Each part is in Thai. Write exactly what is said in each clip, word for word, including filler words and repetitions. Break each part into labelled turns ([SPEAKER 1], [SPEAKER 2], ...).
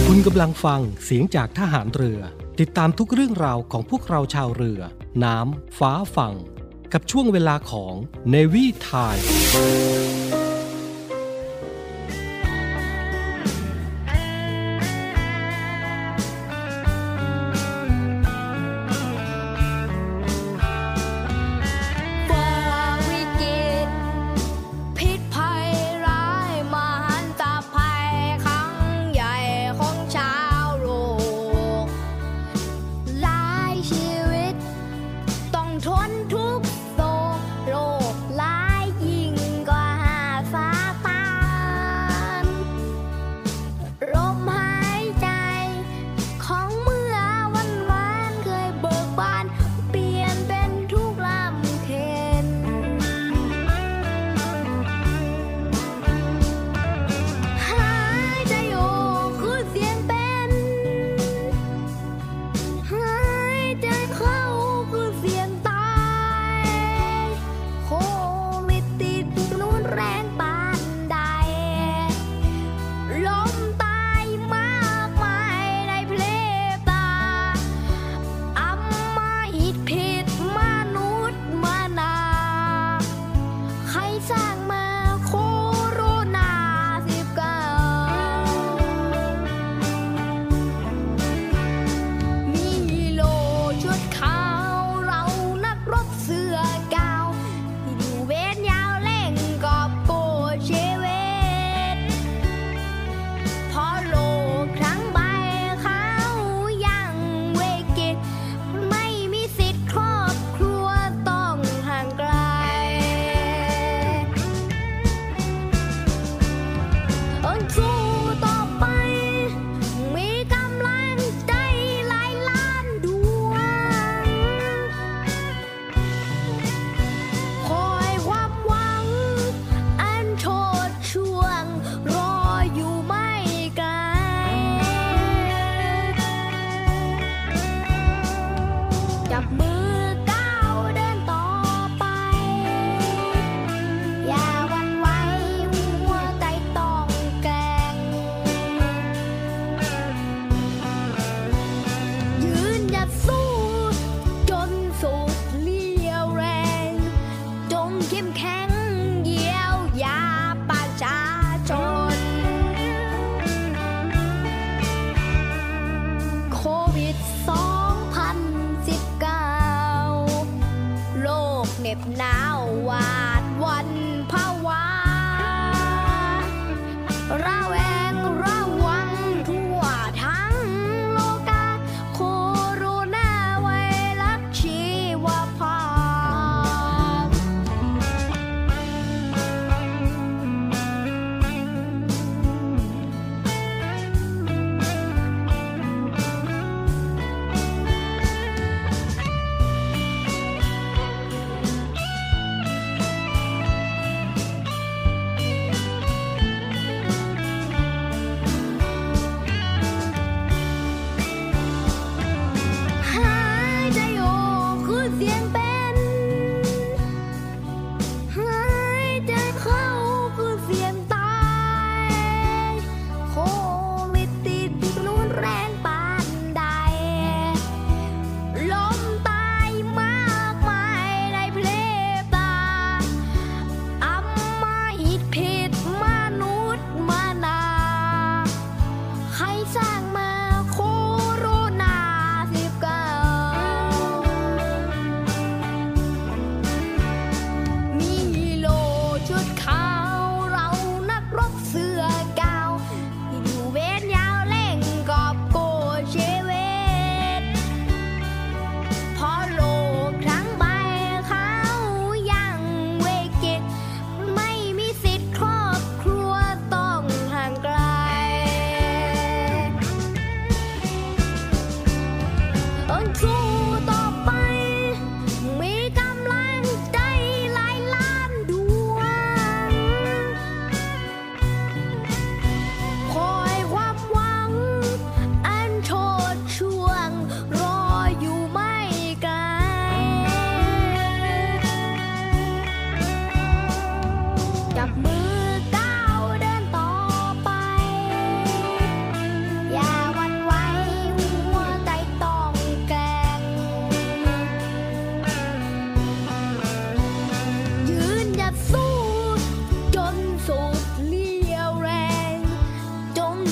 [SPEAKER 1] คุณกำลังฟังเสียงจากทหารเรือติดตามทุกเรื่องราวของพวกเราชาวเรือน้ำฟ้าฝั่งกับช่วงเวลาของ Navy Time
[SPEAKER 2] ทนทุกโศกโรคร้ายยิ่งกว่า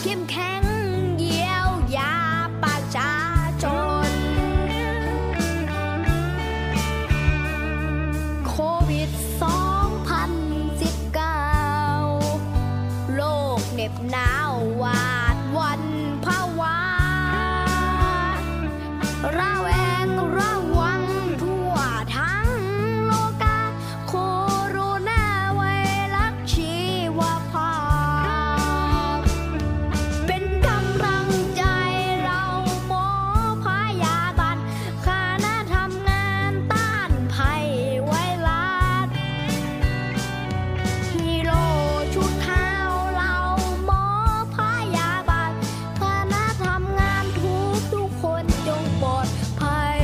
[SPEAKER 2] เข้มแข็งเยียวยาประชาชนโควิดสองพันสิบเก้าโลกเหน็บหนาวหวาดวันภาวะระแวงระวังทั่วทั้งโลกาโคโรนาไวรัสชีวภาพเป็นกำลังใจเราหมอพยาบาลคณะทำงานต้านภัยไวรัสฮีโร่ชุดขาวเราหมอพยาบาลคณะทำงานทุกทุกคนจงปลอดภัย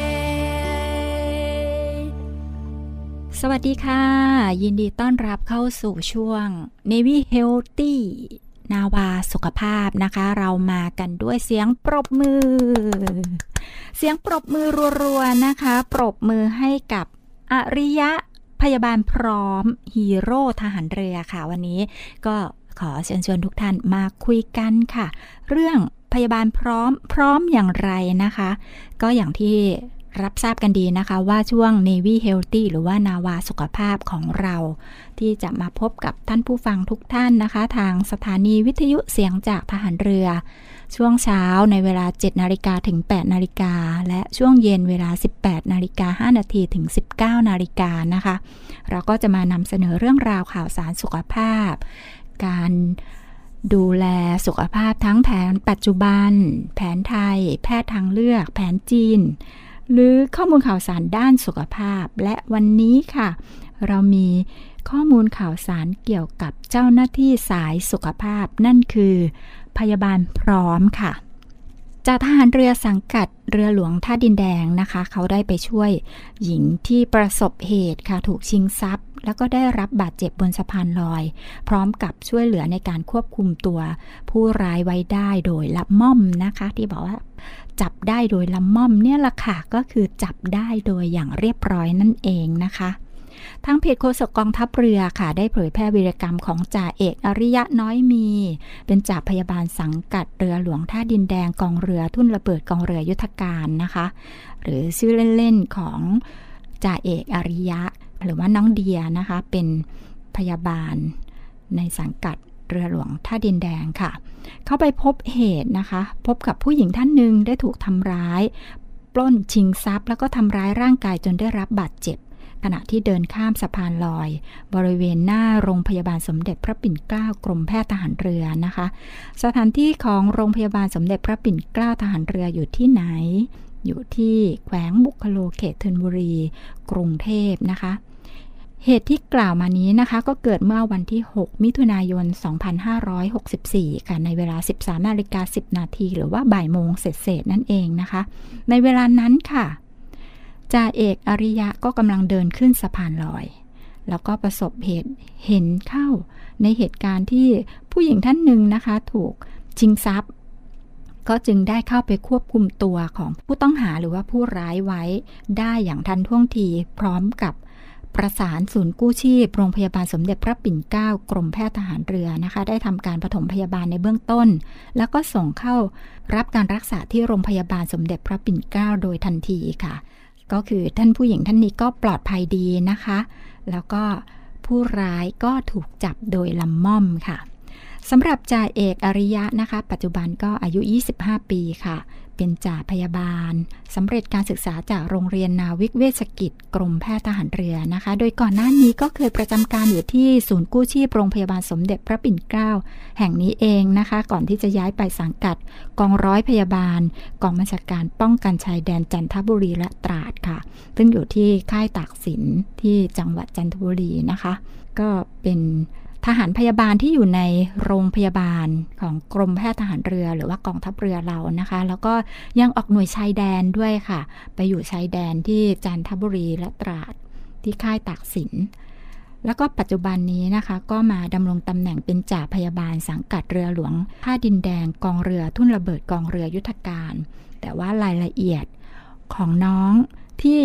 [SPEAKER 3] สวัสดีค่ะยินดีต้อนรับเข้าสู่ช่วง Navy Healthy นาวาสุขภาพนะคะเรามากันด้วยเสียงปรบมือเสียงปรบมือรัวๆนะคะปรบมือให้กับอริยะพยาบาลพร้อมฮีโร่ทหารเรือค่ะวันนี้ก็ขอเชิญชวนทุกท่านมาคุยกันค่ะเรื่องพยาบาลพร้อมพร้อมอย่างไรนะคะก็อย่างที่รับทราบกันดีนะคะว่าช่วง Navy Healthy หรือว่านาวาสุขภาพของเราที่จะมาพบกับท่านผู้ฟังทุกท่านนะคะทางสถานีวิทยุเสียงจากทหารเรือช่วงเช้าในเวลา เจ็ดนาฬิกา ถึง แปดนาฬิกาและช่วงเย็นเวลา สิบแปดนาฬิกาห้านาที ถึง สิบเก้านาฬิกานะคะเราก็จะมานำเสนอเรื่องราวข่าวสารสุขภาพการดูแลสุขภาพทั้งแผนปัจจุบันแผนไทยแพทย์ทางเลือกแผนจีนหรือข้อมูลข่าวสารด้านสุขภาพและวันนี้ค่ะเรามีข้อมูลข่าวสารเกี่ยวกับเจ้าหน้าที่สายสุขภาพนั่นคือพยาบาลพร้อมค่ะจากทหารเรือสังกัดเรือหลวงท่าดินแดงนะคะเขาได้ไปช่วยหญิงที่ประสบเหตุค่ะถูกชิงทรัพย์แล้วก็ได้รับบาดเจ็บบนสะพานลอยพร้อมกับช่วยเหลือในการควบคุมตัวผู้ร้ายไว้ได้โดยละม่อมนะคะที่บอกว่าจับได้โดยละม่อมเนี่ยล่ะค่ะก็คือจับได้โดยอย่างเรียบร้อยนั่นเองนะคะทางเพจโฆษกกองทัพเรือค่ะได้เผยแพร่วีรกรรมของจ่าเอกอริยะน้อยมีเป็นจ่าพยาบาลสังกัดเรือหลวงท่าดินแดงกองเรือทุ่นระเบิดกองเรือยุทธการนะคะหรือชื่อเล่นๆของจ่าเอกอริยะหรือว่าน้องเดียนะคะเป็นพยาบาลในสังกัดเรือหลวงท่าดินแดงค่ะเข้าไปพบเหตุนะคะพบกับผู้หญิงท่านหนึ่งได้ถูกทำร้ายปล้นชิงทรัพย์แล้วก็ทำร้ายร่างกายจนได้รับบาดเจ็บขณะที่เดินข้ามสะพานลอยบริเวณหน้าโรงพยาบาลสมเด็จพระปิ่นเกล้ากรมแพทย์ทหารเรือนะคะสถานที่ของโรงพยาบาลสมเด็จพระปิ่นเกล้าทหารเรืออยู่ที่ไหนอยู่ที่แขวงบุคโลเขตธนบุรีกรุงเทพนะคะเหตุที่กล่าวมานี้นะคะก็เกิดเมื่อวันที่หกมิถุนายนสองพันห้าร้อยหกสิบสี่ค่ะในเวลา สิบสามนาฬิกาสิบนาทีหรือว่าบ่ายโมงเศษๆนั่นเองนะคะในเวลานั้นค่ะจ่าเอกอริยะก็กำลังเดินขึ้นสะพานลอยแล้วก็ประสบเหตุเห็นเข้าในเหตุการณ์ที่ผู้หญิงท่านหนึ่งนะคะถูกชิงทรัพย์ก็จึงได้เข้าไปควบคุมตัวของผู้ต้องหาหรือว่าผู้ร้ายไว้ได้อย่างทันท่วงทีพร้อมกับประสานศูนย์กู้ชีพโรงพยาบาลสมเด็จพระปิ่นเกล้ากรมแพทย์ทหารเรือนะคะได้ทำการปฐมพยาบาลในเบื้องต้นแล้วก็ส่งเข้ารับการรักษาที่โรงพยาบาลสมเด็จพระปิ่นเกล้าโดยทันทีค่ะก็คือท่านผู้หญิงท่านนี้ก็ปลอดภัยดีนะคะแล้วก็ผู้ร้ายก็ถูกจับโดยลำม่อมค่ะสำหรับจ่าเอกอริยะนะคะปัจจุบันก็อายุยี่สิบห้าปีค่ะเป็นจ่าพยาบาลสำเร็จการศึกษาจากโรงเรียนนาวิกเวชกิจกรมแพทย์ทหารเรือนะคะโดยก่อนหน้านี้ก็เคยประจำการอยู่ที่ศูนย์กู้ชีพโรงพยาบาลสมเด็จพระปิ่นเกล้าแห่งนี้เองนะคะก่อนที่จะย้ายไปสังกัดกองร้อยพยาบาลกองบัญชาการป้องกันชายแดนจันทบุรีและตราดค่ะซึ่งอยู่ที่ค่ายตากสินที่จังหวัดจันทบุรีนะคะก็เป็นทหารพยาบาลที่อยู่ในโรงพยาบาลของกรมแพทย์ทหารเรือหรือว่ากองทัพเรือเรานะคะแล้วก็ยังออกหน่วยชายแดนด้วยค่ะไปอยู่ชายแดนที่จันทบุรีและตราดที่ค่ายตากสินแล้วก็ปัจจุบันนี้นะคะก็มาดำรงตำแหน่งเป็นจ่าพยาบาลสังกัดเรือหลวงท่าดินแดงกองเรือทุ่นระเบิดกองเรือยุทธการแต่ว่ารายละเอียดของน้องที่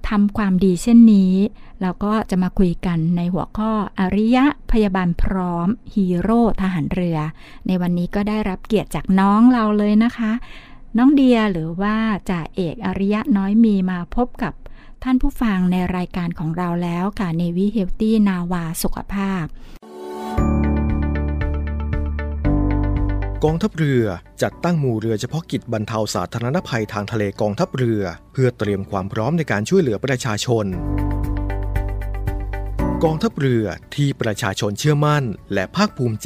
[SPEAKER 3] ทำความดีเช่นนี้แล้วก็จะมาคุยกันในหัวข้ออริยะพยาบาลพร้อมฮีโร่ทหารเรือในวันนี้ก็ได้รับเกียรติจากน้องเราเลยนะคะน้องเดียหรือว่าจ่าเอกอริยะน้อยมีมาพบกับท่านผู้ฟังในรายการของเราแล้วค่ะ Navy Healthy นาวาสุขภาพ
[SPEAKER 4] กองทัพเรือจัดตั้งหมู่เรือเฉพาะกิจบรรเทาสาธารณภัยทางทะเลกองทัพเรือเพื่อเตรียมความพร้อมในการช่วยเหลือประชาชนกองทัพเรือที่ประชาชนเชื่อมั่นและภาคภูมิใจ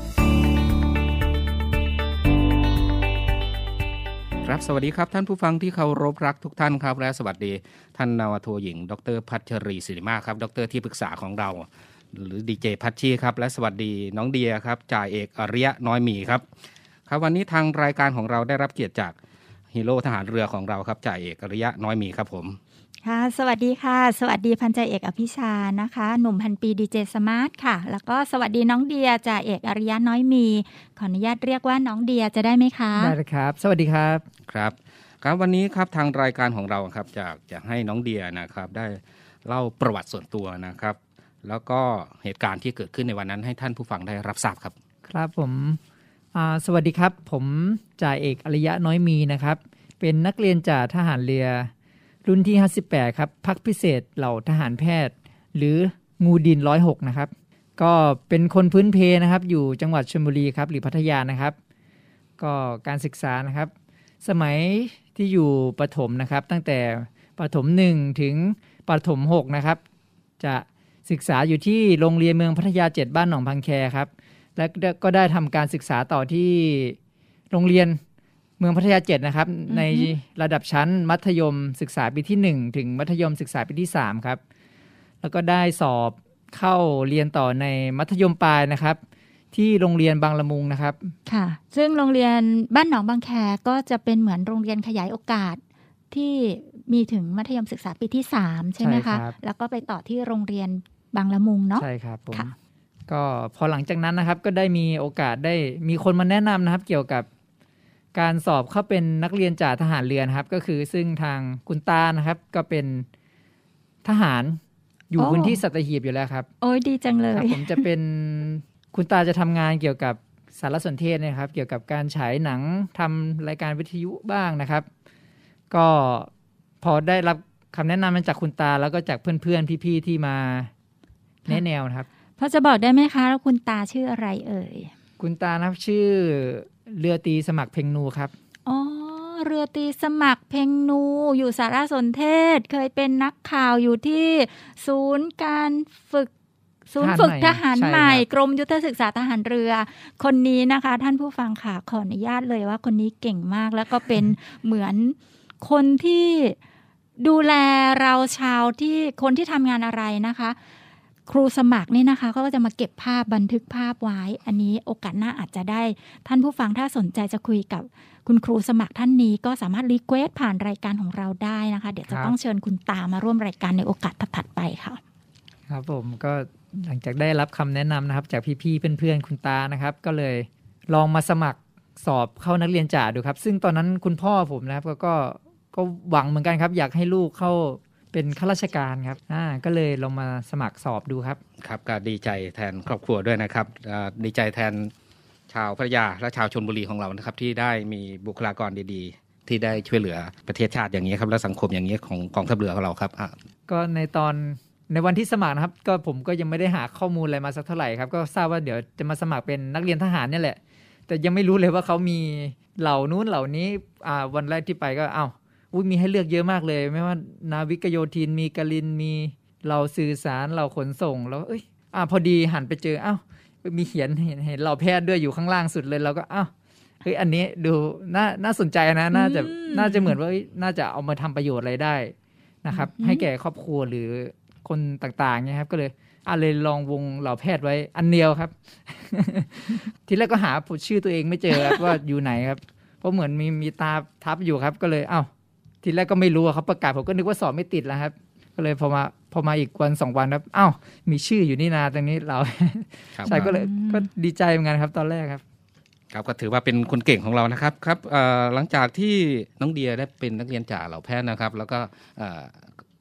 [SPEAKER 5] ครับสวัสดีครับท่านผู้ฟังที่เคารพรักทุกท่านครับและสวัสดีท่านนาวาโทหญิงดร.พัชรีศิริมาครับดร.ที่ปรึกษาของเราหรือดีเจพัชชีครับและสวัสดีน้องเดียครับจ่าเอกอริยะน้อยมีครับครับวันนี้ทางรายการของเราได้รับเกียรติจากฮีโร่ทหารเรือของเราครับจ่าเอกอริยะน้อยมีครับผม
[SPEAKER 3] ค่ะสวัสดีค่ะสวัสดีพันจ่าเอกอภิชานะคะหนุ่มพันปีดีเจสมาร์ทค่ะแล้วก็สวัสดีน้องเดียจ่าเอกอริยะน้อยมีขออนุญาตเรียกว่าน้องเดียจะได้ไหมคะ
[SPEAKER 6] ได้เลยครับสวัสดีครับ
[SPEAKER 5] ครับครับวันนี้ครับทางรายการของเราครับจะจะให้น้องเดียนะครับได้เล่าประวัติส่วนตัวนะครับแล้วก็เหตุการณ์ที่เกิดขึ้นในวันนั้นให้ท่านผู้ฟังได้รับทราบครับ
[SPEAKER 6] ครับผมสวัสดีครับผมจ่าเอกอริยะน้อยมีนะครับเป็นนักเรียนจ่าทหารเรือรุ่นที่ห้าสิบแปดครับภาคพิเศษเหล่าทหารแพทย์หรืองูดินหนึ่งร้อยหกนะครับก็เป็นคนพื้นเพนะครับอยู่จังหวัดชลบุรีครับหรือพัทยานะครับก็การศึกษานะครับสมัยที่อยู่ประถมนะครับตั้งแต่ประถมหนึ่งถึงประถมหกนะครับจะศึกษาอยู่ที่โรงเรียนเมืองพัทยาเจ็ดบ้านหนองพังแคครับและก็ได้ทำการศึกษาต่อที่โรงเรียนเมืองพัทยาเจ็ดนะครับ mm-hmm. ในระดับชั้นมัธยมศึกษาปีที่หนึ่งถึงมัธยมศึกษาปีที่สามครับแล้วก็ได้สอบเข้าเรียนต่อในมัธยมปลายนะครับที่โรงเรียนบางละมุงนะครับ
[SPEAKER 3] ค่ะซึ่งโรงเรียนบ้านหนองบางแคก็จะเป็นเหมือนโรงเรียนขยายโอกาสที่มีถึงมัธยมศึกษาปีที่สามใช่ไหมคะแล้วก็ไปต่อที่โรงเรียนบางละมุงเนาะ
[SPEAKER 6] ใช่ครับผมก็พอหลังจากนั้นนะครับก็ได้มีโอกาสได้มีคนมาแนะนำนะครับเกี่ยวกับการสอบเข้าเป็นนักเรียนจ่าทหารเรือนะครับก็คือซึ่งทางคุณตานะครับก็เป็นทหารอยู่พื้นที่สัตหีบอยู่แล้วครับ
[SPEAKER 3] โอ้ยดีจังเลย
[SPEAKER 6] ผมจะเป็นคุณตาจะทำงานเกี่ยวกับสารสนเทศนะครับเกี่ยวกับการฉายหนังทำรายการวิทยุบ้างนะครับก็พอได้รับคำแนะนำมาจากคุณตาแล้วก็จากเพื่อนๆพี่ๆที่มาแนะแนวนะครับ
[SPEAKER 3] พอจะบอกได้ไหมคะว่าคุณตาชื่ออะไรเอ่ย
[SPEAKER 6] คุณตานะครับชื่อเรือตีสมัครเพ็งนูครับ
[SPEAKER 3] อ๋อเรือตีสมัครเพ็งนูอยู่สารสนเทศเคยเป็นนักข่าวอยู่ที่ศูนย์การฝึกศูนย์ฝึกทหารใหม่กรมยุทธศึกษาทหารเรือคนนี้นะคะท่านผู้ฟังค่ะขออนุญาตเลยว่าคนนี้เก่งมากแล้วก็เป็น เหมือนคนที่ดูแลเราชาวที่คนที่ทำงานอะไรนะคะครูสมัครนี่นะคะเขาก็จะมาเก็บภาพบันทึกภาพไว้อันนี้โอกาสหน้าอาจจะได้ท่านผู้ฟังถ้าสนใจจะคุยกับคุณครูสมัครท่านนี้ก็สามารถรีเควสผ่านรายการของเราได้นะคะเดี๋ยวจะต้องเชิญคุณตามาร่วมรายการในโอกาสถัดไปค่ะ
[SPEAKER 6] ครับผมก็หลังจากได้รับคำแนะนำนะครับจากพี่ๆเพื่อนๆคุณตานะครับก็เลยลองมาสมัครสอบเข้านักเรียนจ่าดูครับซึ่งตอนนั้นคุณพ่อผมนะครับก็ก็หวังเหมือนกันครับอยากให้ลูกเข้าเป็นข้าราชการครับอ่าก็เลยลองมาสมัครสอบดูครับ
[SPEAKER 5] ครับก็ดีใจแทนครอบครัวด้วยนะครับดีใจแทนชาวพัทยาและชาวชลบุรีของเรานะครับที่ได้มีบุคลากรดีๆที่ได้ช่วยเหลือประเทศชาติอย่างนี้ครับและสังคมอย่างนี้ของกองทัพเรือของเราครับ
[SPEAKER 6] ก็ในตอนในวันที่สมัครนะครับก็ผมก็ยังไม่ได้หาข้อมูลอะไรมาสักเท่าไหร่ครับก็ทราบว่าเดี๋ยวจะมาสมัครเป็นนักเรียนทหารนี่แหละแต่ยังไม่รู้เลยว่าเขามีเหล่านู้นเหล่านี้อ่าวันแรกที่ไปก็เอ้าอุ้ยมีให้เลือกเยอะมากเลยไม่ว่านาวิกโยธินมีกลินมีเราสื่อสารเราขนส่งแล้วเอ้ยอ่าพอดีหันไปเจออ้าวมีเขียนเห็นเห็นเราแพทย์ด้วยอยู่ข้างล่างสุดเลยเราก็อ้าวเฮ้ยอันนี้ดูน่าน่าสนใจนะน่าจะน่าจะเหมือนว่าน่าจะเอามาทำประโยชน์อะไรได้นะครับให้แก่ครอบครัวหรือคนต่างๆเนี่ยครับก็เลยอ่ะเลยลองวงเหล่าแพทย์ไว้อันเดียวครับ ทีแรกก็หาชื่อตัวเองไม่เจอว่าอยู่ไหนครับเพราะเหมือนมีมีตาทับอยู่ครับก็เลยอ้าวทีแรกก็ไม่รู้เขาประกาศผมก็นึกว่าสอบไม่ติดแล้วครับก็เลยพอมาพอมาอีกวันสองวันครับอ้าวมีชื่ออยู่นี่นาตรงนี้เราใช่ก็เลยก็ดีใจเหมือนกันครับตอนแรกครับ
[SPEAKER 5] ครับก็ถือว่าเป็นคนเก่งของเรานะครับครับหลังจากที่น้องเดียได้เป็นนักเรียนจ่าเหล่าแพทย์นะครับแล้วก็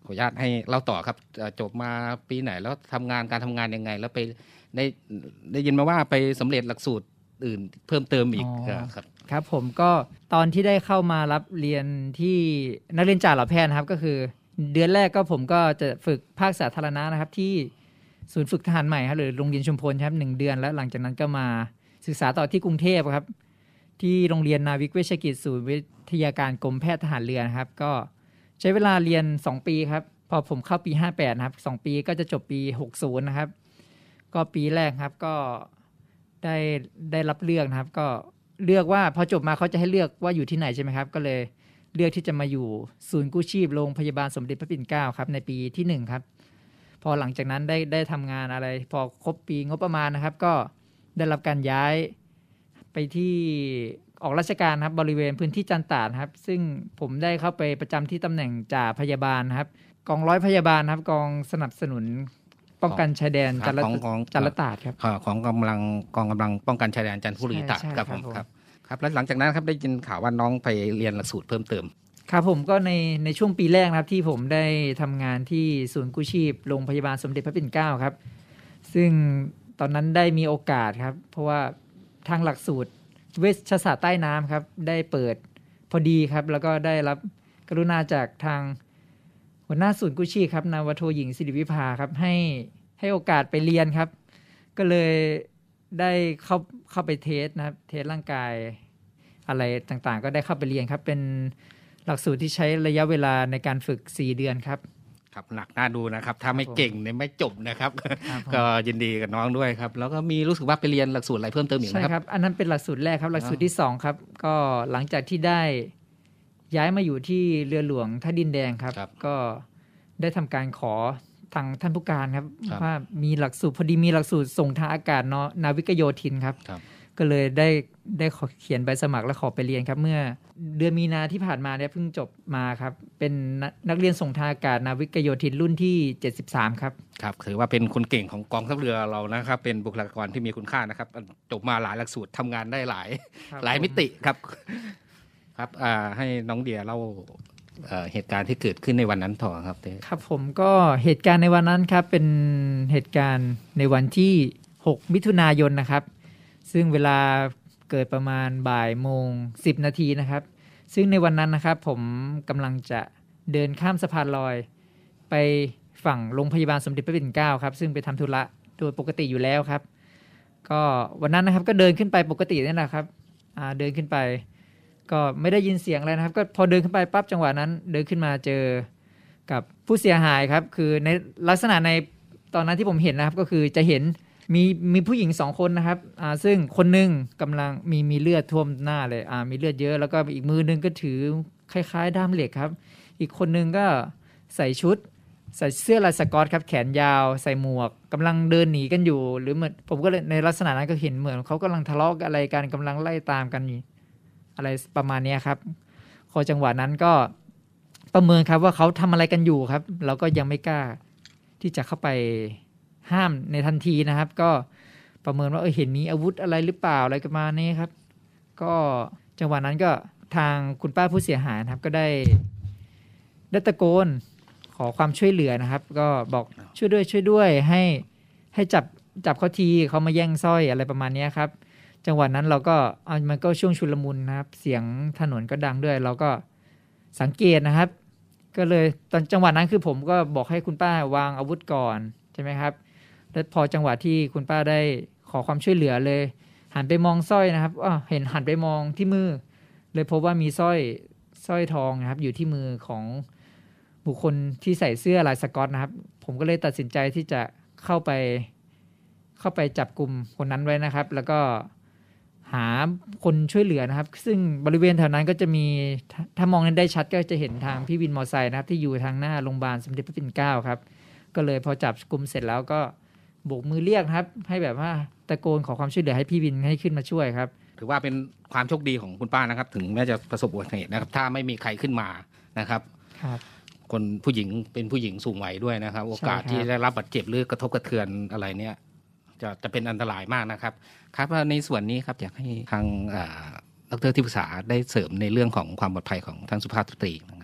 [SPEAKER 5] ขออนุญาตให้เล่าต่อครับจบมาปีไหนแล้วทำงานการทำงานยังไงแล้วไปได้ได้ยินมาว่าไปสำเร็จหลักสูตรอื่นเพิ่มเติมอีกครับ
[SPEAKER 6] ครับผมก็ตอนที่ได้เข้ามารับเรียนที่นักเรียนจ่าเหล่าแพทย์นะครับก็คือเดือนแรกก็ผมก็จะฝึกภาคสาธารณะนะครับที่ศูนย์ฝึกทหารใหม่ครับหรือโรงเรียนชุมพลครับหนึ่งเดือนแล้วหลังจากนั้นก็มาศึกษาต่อที่กรุงเทพครับที่โรงเรียนนาวิกเวชกิจศูนย์วิทยาการกรมแพทย์ทหารเรือครับก็ใช้เวลาเรียนสองปีครับพอผมเข้าปีห้าแปดนะครับสองปีก็จะจบปีหกสิบนะครับก็ปีแรกครับก็ได้ได้รับเลือกนะครับก็เลือกว่าพอจบมาเขาจะให้เลือกว่าอยู่ที่ไหนใช่ไหมครับก็เลยเลือกที่จะมาอยู่ศูนย์กู้ชีพโรงพยาบาลสมเด็จพระปิ่นเกล้าครับในปีที่หนึ่งครับพอหลังจากนั้นได้ได้ทำงานอะไรพอครบปีงบประมาณนะครับก็ได้รับการย้ายไปที่ออกราชการครับบริเวณพื้นที่จันตาดครับซึ่งผมได้เข้าไปประจำที่ตำแหน่งจ่าพยาบาลครับกองร้อยพยาบาลครับกองสนับสนุนป้องกันชายแดนจันทตาดครับ
[SPEAKER 5] ของกำลังกองกำลังป้องกันชายแดนจันทบุรีตาดครับผมครับครับแล้วหลังจากนั้นครับได้ยินข่าวว่าน้องไปเรียนหลักสูตรเพิ่มเติม
[SPEAKER 6] ครับผมก็ในในช่วงปีแรกนะครับที่ผมได้ทำงานที่ศูนย์กู้ชีพโรงพยาบาลสมเด็จพระปิ่นเกล้าครับซึ่งตอนนั้นได้มีโอกาสครับเพราะว่าทางหลักสูตรเวชศาสตร์ใต้น้ำครับได้เปิดพอดีครับแล้วก็ได้รับกรุณาจากทางหัวหน้าศูนย์กู้ชีพครับนาวโทหญิงศิริวิภาครับให้ให้โอกาสไปเรียนครับก็เลยได้เข้าเข้าไปเทสนะครับเทสร่างกายอะไรต่างๆก็ได้เข้าไปเรียนครับเป็นหลักสูตรที่ใช้ระยะเวลาในการฝึกสี่เดือนครับ
[SPEAKER 5] ครับหนักน่าดูนะครับถ้าไม่เก่งเนี่ยไม่จบนะครับก็ยินดีกับน้องด้วยครับแล้วก็มีรู้สึกว่าไปเรียนหลักสูตรอะไรเพิ่มเติมอีกไหมครับ
[SPEAKER 6] ใช่ครับอันนั้นเป็นหลักสูตรแรกครับหลักสูตรที่สองครับก็หลังจากที่ได้ย้ายมาอยู่ที่เรือหลวงท่าดินแดงครับก็ได้ทำการขอทางท่านผู้การครับว่ามีหลักสูตรพอดีมีหลักสูตรส่งทางอากาศเนาะนาวิกโยธินครับก็เลยได้ได้ขอเขียนใบสมัครและขอไปเรียนครับเมื่อเดือนมีนาที่ผ่านมาเนี่ยเพิ่งจบมาครับเป็นนักเรียนส่งทางอากาศนาวิกโยธินรุ่นที่เจ็ดสิบสามครับ
[SPEAKER 5] ครับถือว่าเป็นคนเก่งของกองทัพเรือเรานะครับเป็นบุคลากรที่มีคุณค่านะครับจบมาหลายหลักสูตรทำงานได้หลายหลายมิติครับครับให้น้องเดียเล่าเหตุการณ์ที่เกิดขึ้นในวันนั้นต่อครับ
[SPEAKER 6] ครับผมก็เหตุการณ์ในวันนั้นครับเป็นเหตุการณ์ในวันที่หกมิถุนายนนะครับซึ่งเวลาเกิดประมาณบ่ายโมงสิบนาทีนะครับซึ่งในวันนั้นนะครับผมกำลังจะเดินข้ามสะพานลอยไปฝั่งโรงพยาบาลสมเด็จพระปิ่นเกล้าครับซึ่งไปทำธุระโดยปกติอยู่แล้วครับก็วันนั้นนะครับก็เดินขึ้นไปปกตินี่แหละครับเดินขึ้นไปก็ไม่ได้ยินเสียงอะไรนะครับก็พอเดินขึ้นไปปั๊บจังหวะนั้นเดินขึ้นมาเจอกับผู้เสียหายครับคือในลักษณะในตอนนั้นที่ผมเห็นนะครับก็คือจะเห็นมีมีผู้หญิงสองคนนะครับอ่าซึ่งคนนึงกำลังมีมีเลือดท่วมหน้าเลยอ่ามีเลือดเยอะแล้วก็อีกมือนึงก็ถือคล้ายๆด้ามเหล็กครับอีกคนนึงก็ใส่ชุดใส่เสื้อลายสก๊อตครับแขนยาวใส่หมวกกำลังเดินหนีกันอยู่หรือเหมือนผมก็เลยในลักษณะนั้นก็เห็นเหมือนเขากำลังทะเลาะอะไรกันกำลังไล่ตามกันอยู่อะไรประมาณนี้ครับพอจังหวะนั้นก็ประเมินครับว่าเขาทำอะไรกันอยู่ครับเราก็ยังไม่กล้าที่จะเข้าไปห้ามในทันทีนะครับก็ประเมินว่าเออเห็นมีอาวุธอะไรหรือเปล่าอะไรกันมานี้ครับก็จังหวะนั้นก็ทางคุณป้าผู้เสียหายนะครับก็ได้ได้ตะโกนขอความช่วยเหลือนะครับก็บอกช่วยด้วยช่วยด้วยให้ให้จับจับเขาทีเขามาแย่งสร้อยอะไรประมาณนี้ครับจังหวะนั้นเราก็มันก็ช่วงชุลมุนนะครับเสียงถนนก็ดังด้วยเราก็สังเกตนะครับก็เลยตอนจังหวะนั้นคือผมก็บอกให้คุณป้าวางอาวุธก่อนใช่ไหมครับแล้วพอจังหวะที่คุณป้าได้ขอความช่วยเหลือเลยหันไปมองสร้อยนะครับอ้อเห็นหันไปมองที่มือเลยพบว่ามีสร้อยสร้อยทองนะครับอยู่ที่มือของบุคคลที่ใส่เสื้อลายสก๊อตนะครับผมก็เลยตัดสินใจที่จะเข้าไปเข้าไปจับกลุ่มคนนั้นไว้นะครับแล้วก็หาคนช่วยเหลือนะครับซึ่งบริเวณแถวนั้นก็จะมีถ้ามองได้ชัดก็จะเห็นทางพี่วินมอเตอร์ไซค์นะครับที่อยู่ทางหน้าโรงพยาบาลสมเด็จพระปิ่นเกล้าครับก็เลยพอจับกลุ่มเสร็จแล้วก็โบกมือเรียกครับให้แบบว่าตะโกนขอความช่วยเหลือให้พี่วินให้ขึ้นมาช่วยครับ
[SPEAKER 5] ถือว่าเป็นความโชคดีของคุณป้านะครับถึงแม้จะประสบอุบัติเหตุนะครับถ้าไม่มีใครขึ้นมานะครับ
[SPEAKER 6] ครับ
[SPEAKER 5] คนผู้หญิงเป็นผู้หญิงสูงวัยด้วยนะครับโอกาสที่ได้รับบาดเจ็บหรือกระทบกระเทือนอะไรเนี่ยจะจะเป็นอันตรายมากนะครับครับในส่วนนี้ครับอยากให้ทางดร.ที่ปรึกษาได้เสริมในเรื่องของความปลอดภัยของท่านสุภาพสตรีนะครับ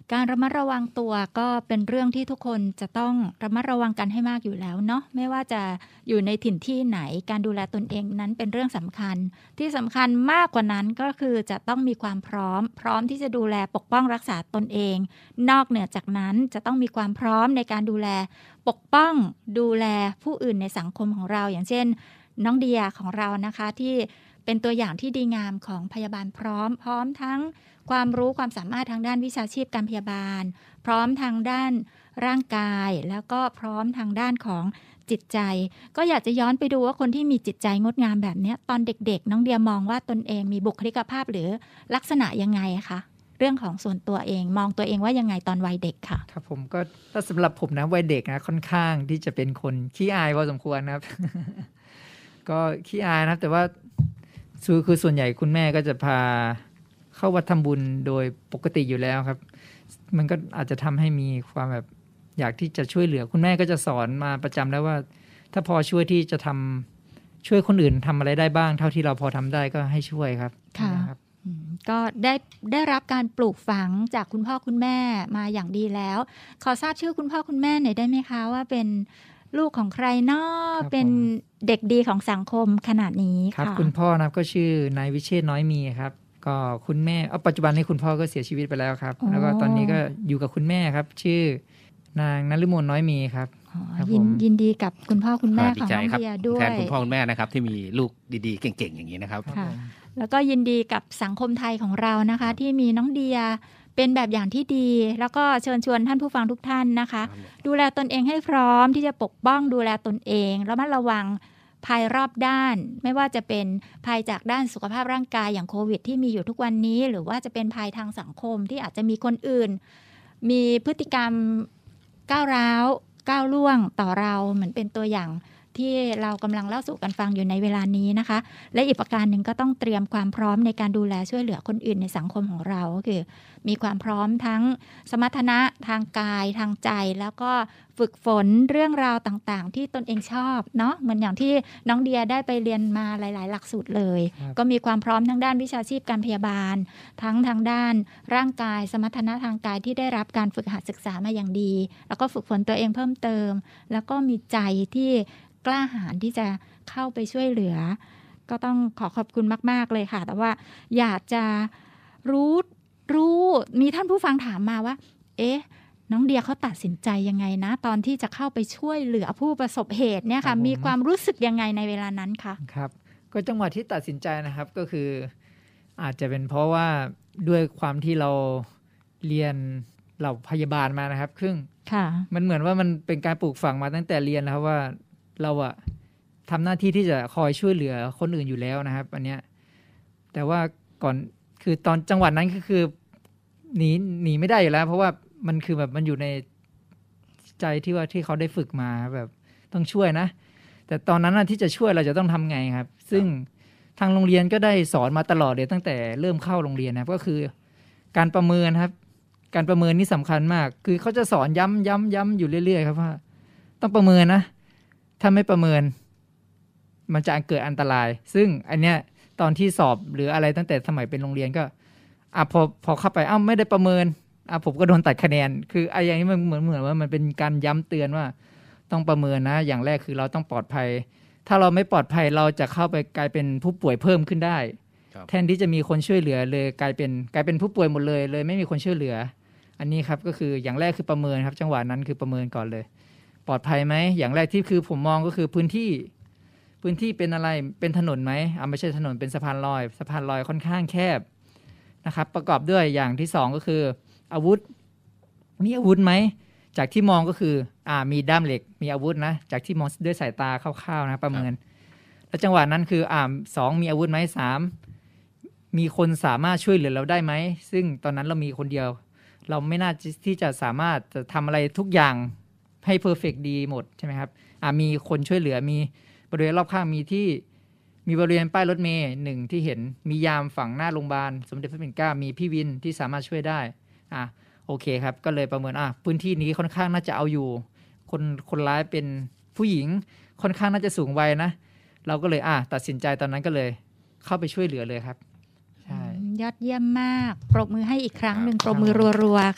[SPEAKER 3] การระมัดระวังตัวก็เป็นเรื่องที่ทุกคนจะต้องระมัดระวังกันให้มากอยู่แล้วเนาะไม่ว่าจะอยู่ในถิ่นที่ไหนการดูแลตนเองนั้นเป็นเรื่องสำคัญที่สำคัญมากกว่านั้นก็คือจะต้องมีความพร้อมพร้อมที่จะดูแลปกป้องรักษาตนเองนอกเหนือจากนั้นจะต้องมีความพร้อมในการดูแลปกป้องดูแลผู้อื่นในสังคมของเราอย่างเช่นน้องเดียของเรานะคะที่เป็นตัวอย่างที่ดีงามของพยาบาลพร้อมพร้อมทั้งความรู้ความสามารถทางด้านวิชาชีพการพยาบาลพร้อมทางด้านร่างกายแล้วก็พร้อมทางด้านของจิตใจก็อยากจะย้อนไปดูว่าคนที่มีจิตใจงดงามแบบนี้ตอนเด็กๆน้องเดียมองว่าตนเองมีบุคลิกภาพหรือลักษณะยังไงคะเรื่องของส่วนตัวเองมองตัวเองว่ายังไงตอนวัยเด็กค่ะ
[SPEAKER 6] ครับผมก็ถ้าสำหรับผมนะวัยเด็กนะค่อนข้างที่จะเป็นคนขี้อายพอสมควรนะครับ ก็ขี้อายนะครับแต่ว่าคือส่วนใหญ่คุณแม่ก็จะพาเข้าวัดทำบุญโดยปกติอยู่แล้วครับมันก็อาจจะทำให้มีความแบบอยากที่จะช่วยเหลือคุณแม่ก็จะสอนมาประจำแล้วว่าถ้าพอช่วยที่จะทำช่วยคนอื่นทำอะไรได้บ้างเท่าที่เราพอทำได้ก็ให้ช่วยครับ
[SPEAKER 3] ค่ะนะครับก็ได้ได้รับการปลูกฝังจากคุณพ่อคุณแม่มาอย่างดีแล้วขอทราบชื่อคุณพ่อคุณแม่หน่อยได้ไหมคะว่าเป็นลูกของใครเนาะเป็นเด็กดีของสังคมขนาดนี้ค่ะ
[SPEAKER 6] ครับคุณพ่อนะก็ชื่อนายวิเชษฐ์น้อยมีครับก็คุณแม่เอาปัจจุบันนี้คุณพ่อก็เสียชีวิตไปแล้วครับแล้วก็ตอนนี้ก็อยู่กับคุณแม่ครับชื่อนางนฤมลน้อยมีครับ
[SPEAKER 3] ยินยินดีกับคุณพ่อคุณแม่ของน้องเดียด้วย
[SPEAKER 5] แทนคุณพ่อคุณแม่นะครับที่มีลูกดีๆเก่งๆอย่างนี้นะครับ
[SPEAKER 3] แล้วก็ยินดีกับสังคมไทยของเรานะคะที่มีน้องเดียเป็นแบบอย่างที่ดีแล้วก็เชิญชวนท่านผู้ฟังทุกท่านนะคะดูแลตนเองให้พร้อมที่จะปกป้องดูแลตนเองระมัดระวังภัยรอบด้านไม่ว่าจะเป็นภัยจากด้านสุขภาพร่างกายอย่างโควิดที่มีอยู่ทุกวันนี้หรือว่าจะเป็นภัยทางสังคมที่อาจจะมีคนอื่นมีพฤติกรรมก้าวร้าวก้าวล่วงต่อเราเหมือนเป็นตัวอย่างที่เรากำลังเล่าสู่กันฟังอยู่ในเวลานี้นะคะและอีกประการหนึ่งก็ต้องเตรียมความพร้อมในการดูแลช่วยเหลือคนอื่นในสังคมของเราก็คือมีความพร้อมทั้งสมรรถนะทางกายทางใจแล้วก็ฝึกฝนเรื่องราวต่างๆที่ตนเองชอบเนาะเหมือนอย่างที่น้องเดียได้ไปเรียนมาหลายๆหลักสูตรเลยก็มีความพร้อมทั้งด้านวิชาชีพการพยาบาลทั้งทางด้านร่างกายสมรรถนะทางกายที่ได้รับการฝึกหัดศึกษามาอย่างดีแล้วก็ฝึกฝนตัวเองเพิ่มเติมแล้วก็มีใจที่กล้าหาญที่จะเข้าไปช่วยเหลือก็ต้องขอขอบคุณมากๆเลยค่ะแต่ว่าอยากจะรู้รู้มีท่านผู้ฟังถามมาว่าเอ๊ะน้องเดียเขาตัดสินใจยังไงนะตอนที่จะเข้าไปช่วยเหลือผู้ประสบเหตุเนี่ยค่ะมีความรู้สึกยังไงในเวลานั้นคะ
[SPEAKER 6] ครับก็จังหวะที่ตัดสินใจนะครับก็คืออาจจะเป็นเพราะว่าด้วยความที่เราเรียนเหล่าพยาบาลมานะครับครึ่งมันเหมือนว่ามันเป็นการปลูกฝังมาตั้งแต่เรียนแล้วว่าเราอะทำหน้าที่ที่จะคอยช่วยเหลือคนอื่นอยู่แล้วนะครับอันเนี้ยแต่ว่าก่อนคือตอนจังหวะนั้นก็คือหนีหนีไม่ได้อยู่แล้วเพราะว่ามันคือแบบมันอยู่ในใจที่ว่าที่เขาได้ฝึกมาแบบต้องช่วยนะแต่ตอนนั้นที่จะช่วยเราจะต้องทำไงครับซึ่งทางโรงเรียนก็ได้สอนมาตลอดเลยตั้งแต่เริ่มเข้าโรงเรียนนะครับก็คือการประเมินครับการประเมินนี่สำคัญมากคือเขาจะสอนย้ำย้ำย้ำอยู่เรื่อยๆครับว่าต้องประเมินนะถ้าไม่ประเมินมันจะเกิดอันตรายซึ่งอันเนี้ยตอนที่สอบหรืออะไรตั้งแต่สมัยเป็นโรงเรียนก็อ่ะพอพอเข้าไปอ้าวไม่ได้ประเมินอ่ะผมก็โดนตัดคะแนนคือไอ้อย่างนี้มันเหมือนเหมือนว่ามันเป็นการย้ำเตือนว่าต้องประเมินนะอย่างแรกคือเราต้องปลอดภัยถ้าเราไม่ปลอดภัยเราจะเข้าไปกลายเป็นผู้ป่วยเพิ่มขึ้นได้แทนที่จะมีคนช่วยเหลือเลยกลายเป็นกลายเป็นผู้ป่วยหมดเลยเลยไม่มีคนช่วยเหลืออันนี้ครับก็คืออย่างแรกคือประเมินครับจังหวะนั้นคือประเมินก่อนเลยปลอดภัยไหมอย่างแรกที่คือผมมองก็คือพื้นที่พื้นที่เป็นอะไรเป็นถนนไหมอ่าไม่ใช่ถนนเป็นสะพานลอยสะพานลอยค่อนข้างแคบนะครับประกอบด้วยอย่างที่สองก็คืออาวุธมีอาวุธไหมจากที่มองก็คืออ่ามีด้ามเหล็กมีอาวุธนะจากที่มองด้วยสายตาคร่าวๆนะประเมินแล้วจังหวะนั้นคืออ่าสองมีอาวุธไหมสามมีคนสามารถช่วยเหลือเราได้ไหมซึ่งตอนนั้นเรามีคนเดียวเราไม่น่าที่จะสามารถจะทำอะไรทุกอย่างให้เพอร์เฟกต์ดีหมดใช่ไหมครับอ่ามีคนช่วยเหลือมีบริเวณรอบข้างมีที่มีบริเวณป้ายรถเมล์หนึ่งที่เห็นมียามฝั่งหน้าโรงพยาบาลสมเด็จพระปิ่นเกล้ามีพี่วินที่สามารถช่วยได้อ่ะโอเคครับก็เลยประเมินอ่ะพื้นที่นี้ค่อนข้างน่าจะเอาอยู่คนคนร้ายเป็นผู้หญิงค่อนข้างน่าจะสูงวัยนะเราก็เลยอ่ะตัดสินใจตอนนั้นก็เลยเข้าไปช่วยเหลือเลยครับใช่
[SPEAKER 3] ยอดเยี่ยมมากปรบมือให้อีกครั้งหนึ่งปรบมือรัวๆค่ะ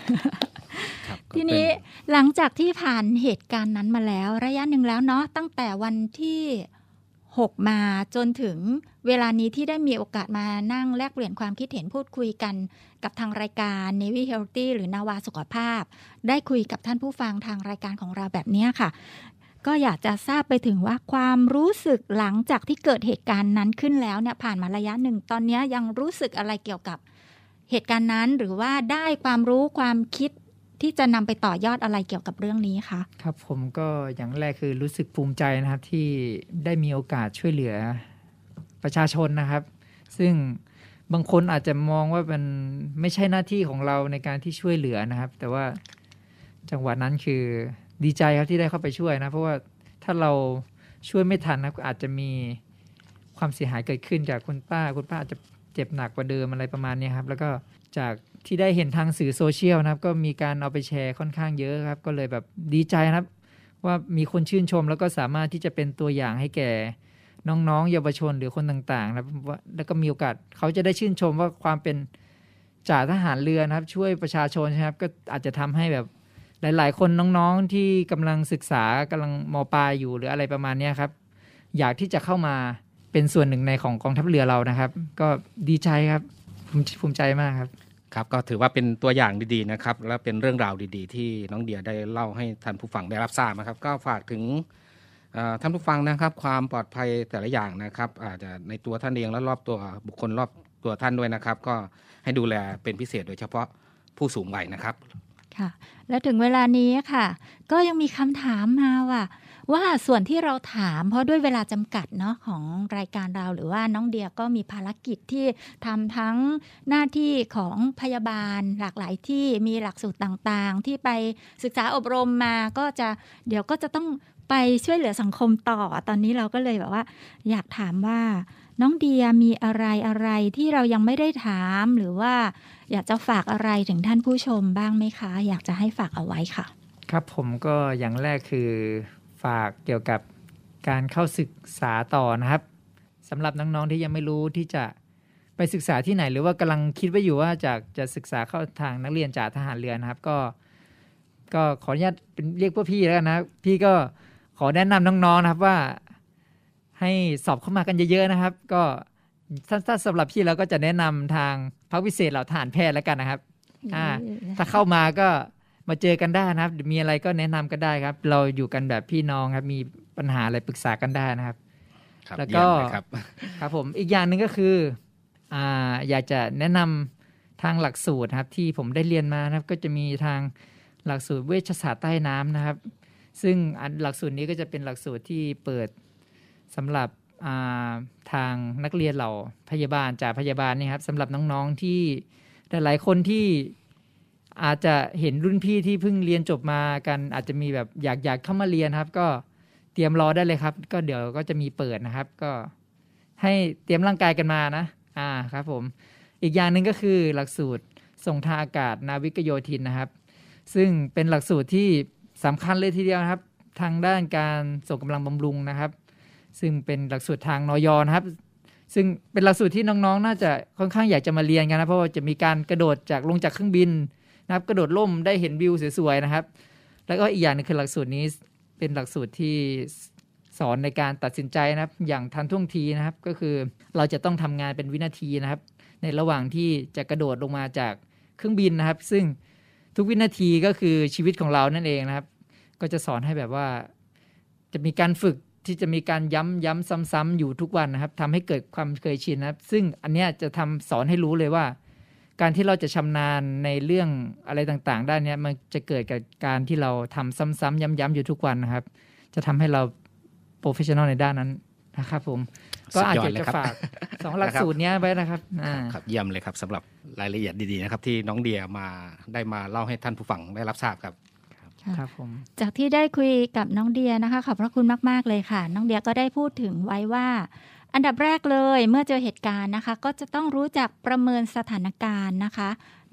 [SPEAKER 3] ทีนี้หลังจากที่ผ่านเหตุการณ์นั้นมาแล้วระยะหนึ่งแล้วเนาะตั้งแต่วันที่หกมาจนถึงเวลานี้ที่ได้มีโอกาสมานั่งแลกเปลี่ยนความคิดเห็นพูดคุยกันกับทางรายการ Navy Healthy หรือนาวาสุขภาพได้คุยกับท่านผู้ฟังทางรายการของเราแบบนี้ค่ะก็อยากจะทราบไปถึงว่าความรู้สึกหลังจากที่เกิดเหตุการณ์นั้นขึ้นแล้วเนี่ยผ่านมาระยะหนึ่งตอนนี้ยังรู้สึกอะไรเกี่ยวกับเหตุการณ์นั้นหรือว่าได้ความรู้ความคิดที่จะนำไปต่อยอดอะไรเกี่ยวกับเรื่องนี้คะ
[SPEAKER 6] ครับผมก็อย่างแรกคือรู้สึกภูมิใจนะครับที่ได้มีโอกาสช่วยเหลือประชาชนนะครับซึ่งบางคนอาจจะมองว่ามันไม่ใช่หน้าที่ของเราในการที่ช่วยเหลือนะครับแต่ว่าจังหวะนั้นคือดีใจครับที่ได้เข้าไปช่วยนะเพราะว่าถ้าเราช่วยไม่ทันนะอาจจะมีความเสียหายเกิดขึ้นจากคุณป้าคุณป้าอาจจะเจ็บหนักกว่าเดิมอะไรประมาณนี้ครับแล้วก็จากที่ได้เห็นทางสื่อโซเชียลนะครับก็มีการเอาไปแชร์ค่อนข้างเยอะครับก็เลยแบบดีใจนะครับว่ามีคนชื่นชมแล้วก็สามารถที่จะเป็นตัวอย่างให้แก่น้องๆเยาวชนหรือคนต่างๆนะครับแล้วก็มีโอกาสเขาจะได้ชื่นชมว่าความเป็นจ่าทหารเรือนะครับช่วยประชาชนนะครับก็อาจจะทำให้แบบหลายๆคนน้องๆที่กำลังศึกษากำลังม.ปลายอยู่หรืออะไรประมาณนี้ครับอยากที่จะเข้ามาเป็นส่วนหนึ่งในของกองทัพเรือเรานะครับก็ดีใจครับภูมิใจมากครับ
[SPEAKER 5] ครับก็ถือว่าเป็นตัวอย่างดีๆนะครับและเป็นเรื่องราวดีๆที่น้องเดียได้เล่าให้ท่านผู้ฟังได้รับทราบนะครับก็ฝากถึงท่านผู้ฟังนะครับความปลอดภัยแต่ละอย่างนะครับอาจจะในตัวท่านเองและรอบตัวบุคคลรอบตัวท่านด้วยนะครับก็ให้ดูแลเป็นพิเศษโดยเฉพาะผู้สูงวัยนะครับ
[SPEAKER 3] ค่ะและถึงเวลานี้ค่ะก็ยังมีคำถามมาว่าว่าส่วนที่เราถามเพราะด้วยเวลาจำกัดเนาะของรายการเราหรือว่าน้องเดียก็มีภารกิจที่ทำทั้งหน้าที่ของพยาบาลหลากหลายที่มีหลักสูตรต่างๆที่ไปศึกษาอบรมมาก็จะเดี๋ยวก็จะต้องไปช่วยเหลือสังคมต่อตอนนี้เราก็เลยแบบว่าอยากถามว่าน้องเดียมีอะไรอะไรที่เรายังไม่ได้ถามหรือว่าอยากจะฝากอะไรถึงท่านผู้ชมบ้างไหมคะอยากจะให้ฝากเอาไว้ค่ะ
[SPEAKER 6] ครับผมก็อย่างแรกคือฝากเกี่ยวกับการเข้าศึกษาต่อนะครับสำหรับน้องๆที่ยังไม่รู้ที่จะไปศึกษาที่ไหนหรือว่ากำลังคิดไว้อยู่ว่าจะจะศึกษาเข้าทางนักเรียนจ่าทหารเรือนะครับก็ก็ขออนุญาตเป็นเรียกพวกพี่แล้วกันนะพี่ก็ขอแนะนำน้องๆนะครับว่าให้สอบเข้ามากันเยอะๆนะครับก็ถ้าสำหรับพี่เราก็จะแนะนำทางภาควิเศษเหล่าทหารแพทย์แล้วกันนะครับอ่าถ้าเข้ามาก็มาเจอกันได้นะครับมีอะไรก็แนะนำกันได้ครับเราอยู่กันแบบพี่น้องครับมีปัญหาอะไรปรึกษากันได้นะครับแล้วก็ครับผมอีกอย่างหนึ่งก็คืออ่าอยากจะแนะนำทางหลักสูตรครับที่ผมได้เรียนมานะครับก็จะมีทางหลักสูตรเวชศาสตร์ใต้น้ำนะครับซึ่งหลักสูตรนี้ก็จะเป็นหลักสูตรที่เปิดสำหรับทางนักเรียนเหล่าพยาบาลจ่าพยาบาลนี่ครับสำหรับน้องๆที่หลายคนที่อาจจะเห็นรุ่นพี่ที่เพิ่งเรียนจบมากันอาจจะมีแบบอยากอยากเข้ามาเรียนครับก็เตรียมรอได้เลยครับก็เดี๋ยวก็จะมีเปิดนะครับก็ให้เตรียมร่างกายกันมานะอ่าครับผมอีกอย่างหนึ่งก็คือหลักสูตรส่งทางอากาศนาวิกโยธินนะครับซึ่งเป็นหลักสูตรที่สำคัญเลยทีเดียวนะครับทางด้านการส่งกำลังบำรุงนะครับซึ่งเป็นหลักสูตรทางนย.นะครับซึ่งเป็นหลักสูตรที่น้องๆน่าจะค่อนข้างอยากจะมาเรียนกันนะเพราะว่าจะมีการกระโดดจากลงจากเครื่องบินนะครับกระโดดล่มได้เห็นวิวสวยๆนะครับแล้วก็อีกอย่างนึงคือหลักสูตรนี้เป็นหลักสูตรที่สอนในการตัดสินใจนะครับอย่างทันท่วงทีนะครับก็คือเราจะต้องทำงานเป็นวินาทีนะครับในระหว่างที่จะกระโดดลงมาจากเครื่องบินนะครับซึ่งทุกวินาทีก็คือชีวิตของเรานั่นเองนะครับก็จะสอนให้แบบว่าจะมีการฝึกที่จะมีการย้ำย้ำซ้ำๆอยู่ทุกวันนะครับทำให้เกิดความเคยชินนะครับซึ่งอันนี้จะทำสอนให้รู้เลยว่าการที่เราจะชำนาญในเรื่องอะไรต่างๆด้านนี้มันจะเกิดกับการที่เราทำซ้ำๆย้ำๆอยู่ทุกวันนะครับจะทำให้เราโปรเฟชชั่นอลในด้านนั้นนะครับผมก็อาจจะจะฝากสองหลักสูตรนี้ไว้นะครับ
[SPEAKER 5] ครับเยี่ยมเลยครับสำหรับรายละเอียดดีๆนะครับที่น้องเดียมาได้มาเล่าให้ท่านผู้ฟังได้รับทราบครับ
[SPEAKER 6] ครับผม
[SPEAKER 3] จากที่ได้คุยกับน้องเดียนะคะขอบพระคุณมากๆเลยค่ะน้องเดียก็ได้พูดถึงไว้ว่าอันดับแรกเลยเมื่อเจอเหตุการณ์นะคะก็จะต้องรู้จักประเมินสถานการณ์นะคะ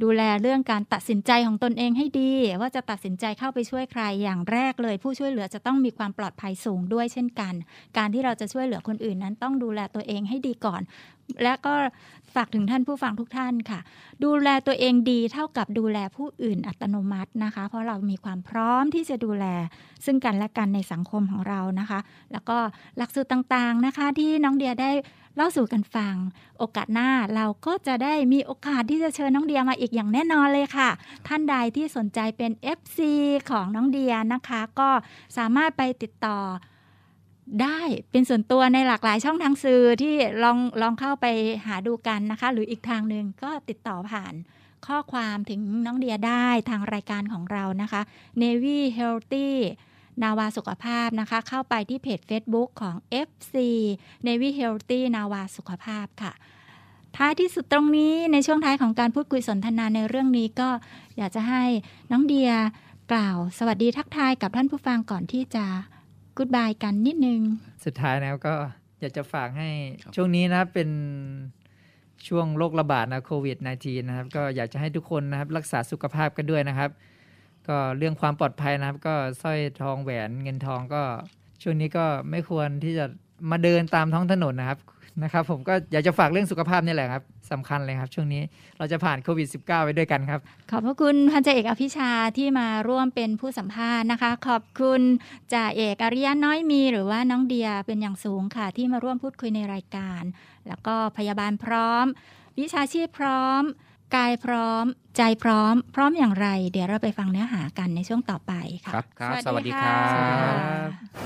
[SPEAKER 3] ดูแลเรื่องการตัดสินใจของตนเองให้ดีว่าจะตัดสินใจเข้าไปช่วยใครอย่างแรกเลยผู้ช่วยเหลือจะต้องมีความปลอดภัยสูงด้วยเช่นกันการที่เราจะช่วยเหลือคนอื่นนั้นต้องดูแลตัวเองให้ดีก่อนและก็ฝากถึงท่านผู้ฟังทุกท่านค่ะดูแลตัวเองดีเท่ากับดูแลผู้อื่นอัตโนมัตินะคะเพราะเรามีความพร้อมที่จะดูแลซึ่งกันและกันในสังคมของเรานะคะแล้วก็หลักสูตรต่างๆนะคะที่น้องเดียได้เล่าสู่กันฟังโอกาสหน้าเราก็จะได้มีโอกาสที่จะเชิญน้องเดียมาอีกอย่างแน่นอนเลยค่ะท่านใดที่สนใจเป็น เอฟ ซี ของน้องเดียนะคะก็สามารถไปติดต่อได้เป็นส่วนตัวในหลากหลายช่องทางสื่อที่ลองลองเข้าไปหาดูกันนะคะหรืออีกทางนึงก็ติดต่อผ่านข้อความถึงน้องเดียได้ทางรายการของเรานะคะ Navy Healthy นาวาสุขภาพนะคะเข้าไปที่เพจ Facebook ของ เอฟ ซี Navy Healthy นาวาสุขภาพค่ะท้ายที่สุดตรงนี้ในช่วงท้ายของการพูดคุยสนทนาในเรื่องนี้ก็อยากจะให้น้องเดียกล่าวสวัสดีทักทายกับท่านผู้ฟังก่อนที่จะกู๊ดบายกันนิดนึง
[SPEAKER 6] สุดท้ายแล้วก็อยากจะฝากให้ช่วงนี้นะครับเป็นช่วงโรคระบาดนะโควิด สิบเก้า นะครับก็อยากจะให้ทุกคนนะครับรักษาสุขภาพกันด้วยนะครับก็เรื่องความปลอดภัยนะครับก็สร้อยทองแหวนเงินทองก็ช่วงนี้ก็ไม่ควรที่จะมาเดินตามท้องถนนนะครับนะครับผมก็อยากจะฝากเรื่องสุขภาพนี่แหละครับสำคัญเลยครับช่วงนี้เราจะผ่านโควิด สิบเก้า ไปด้วยกันครับ
[SPEAKER 3] ขอบพระคุณพันจ่าเอกอภิชาที่มาร่วมเป็นผู้สัมภาษณ์นะคะขอบคุณจ่าเอกอริยะน้อยมีหรือว่าน้องเดียเป็นอย่างสูงค่ะที่มาร่วมพูดคุยในรายการแล้วก็พยาบาลพร้อมวิชาชีพพร้อมกายพร้อมใจพร้อมพร้อมอย่างไรเดี๋ยวเราไปฟังเนื้อหากันในช่วงต่อไปค่ะ
[SPEAKER 5] ครับครับสวัสดีครับ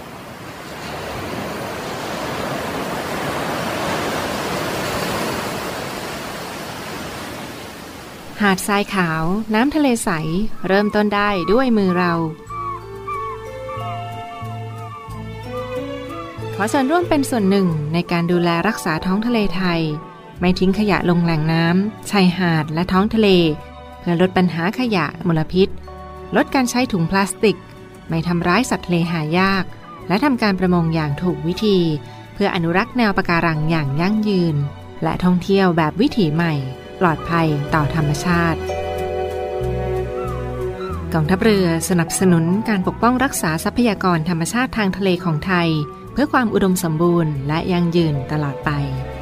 [SPEAKER 7] หาดทรายขาวน้ำทะเลใสเริ่มต้นได้ด้วยมือเราขอเชิญร่วมเป็นส่วนหนึ่งในการดูแลรักษาท้องทะเลไทยไม่ทิ้งขยะลงแหล่งน้ำชายหาดและท้องทะเลเพื่อลดปัญหาขยะมลพิษลดการใช้ถุงพลาสติกไม่ทำร้ายสัตว์ทะเลหายากและทำการประมงอย่างถูกวิธีเพื่ออนุรักษ์แนวปะการังอย่างยั่งยืนและท่องเที่ยวแบบวิถีใหม่ปลอดภัยต่อธรรมชาติกองทัพเรือสนับสนุนการปกป้องรักษาทรัพยากรธรรมชาติทางทะเลของไทยเพื่อความอุดมสมบูรณ์และยั่งยืนตลอดไป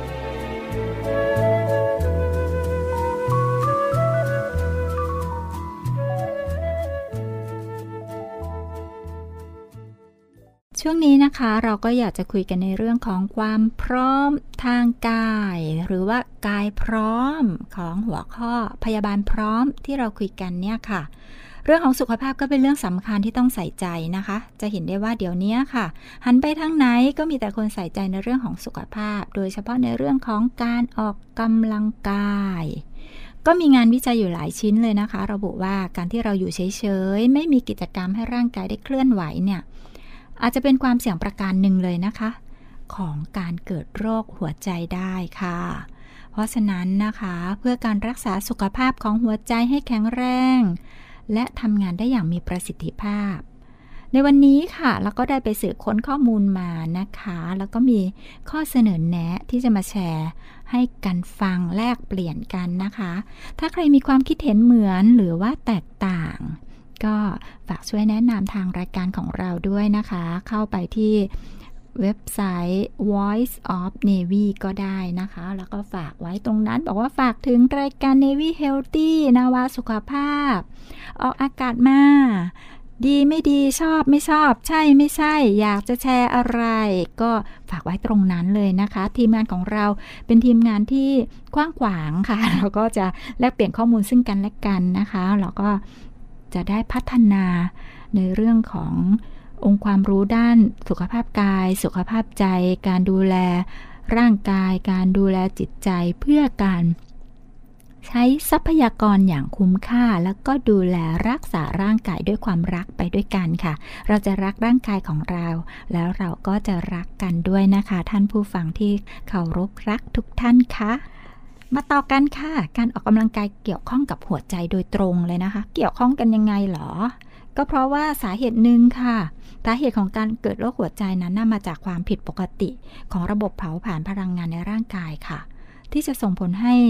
[SPEAKER 3] ช่วงนี้นะคะเราก็อยากจะคุยกันในเรื่องของความพร้อมทางกายหรือว่ากายพร้อมของหัวข้อพยาบาลพร้อมที่เราคุยกันเนี่ยค่ะเรื่องของสุขภาพก็เป็นเรื่องสำคัญที่ต้องใส่ใจนะคะจะเห็นได้ว่าเดี๋ยวนี้ค่ะหันไปทางไหนก็มีแต่คนใส่ใจในเรื่องของสุขภาพโดยเฉพาะในเรื่องของการออกกำลังกายก็มีงานวิจัยอยู่หลายชิ้นเลยนะคะระบุว่าการที่เราอยู่เฉยๆไม่มีกิจกรรมให้ร่างกายได้เคลื่อนไหวเนี่ยอาจจะเป็นความเสี่ยงประการหนึ่งเลยนะคะของการเกิดโรคหัวใจได้ค่ะเพราะฉะนั้นนะคะเพื่อการรักษาสุขภาพของหัวใจให้แข็งแรงและทำงานได้อย่างมีประสิทธิภาพในวันนี้ค่ะเราก็ได้ไปสืบค้นข้อมูลมานะคะแล้วก็มีข้อเสนอแนะที่จะมาแชร์ให้กันฟังแลกเปลี่ยนกันนะคะถ้าใครมีความคิดเห็นเหมือนหรือว่าแตกต่างก็ฝากช่วยแนะนำทางรายการของเราด้วยนะคะเข้าไปที่เว็บไซต์ Voice of Navy ก็ได้นะคะแล้วก็ฝากไว้ตรงนั้นบอกว่าฝากถึงรายการ Navy Healthy นาวาสุขภาพออกอากาศมาดีไม่ดีชอบไม่ชอบใช่ไม่ใช่อยากจะแชร์อะไรก็ฝากไว้ตรงนั้นเลยนะคะทีมงานของเราเป็นทีมงานที่กว้างขวางค่ะเราก็จะแลกเปลี่ยนข้อมูลซึ่งกันและกันนะคะแล้วก็จะได้พัฒนาในเรื่องขององค์ความรู้ด้านสุขภาพกายสุขภาพใจการดูแลร่างกายการดูแลจิตใจเพื่อการใช้ทรัพยากรอย่างคุ้มค่าแล้วก็ดูแลรักษาร่างกายด้วยความรักไปด้วยกันค่ะเราจะรักร่างกายของเราแล้วเราก็จะรักกันด้วยนะคะท่านผู้ฟังที่เคารพรักทุกท่านค่ะมาต่อกันค่ะการออกกำลังกายเกี่ยวข้องกับหัวใจโดยตรงเลยนะคะเกี่ยวข้องกันยังไงหรอก็เพราะว่าสาเหตุหนึ่งค่ะสาเหตุของการเกิดโรคหัวใจนั้นน่ามาจากความผิดปกติของระบบเผาผลาญพลังงานในร่างกายค่ะที่จะส่งผลให้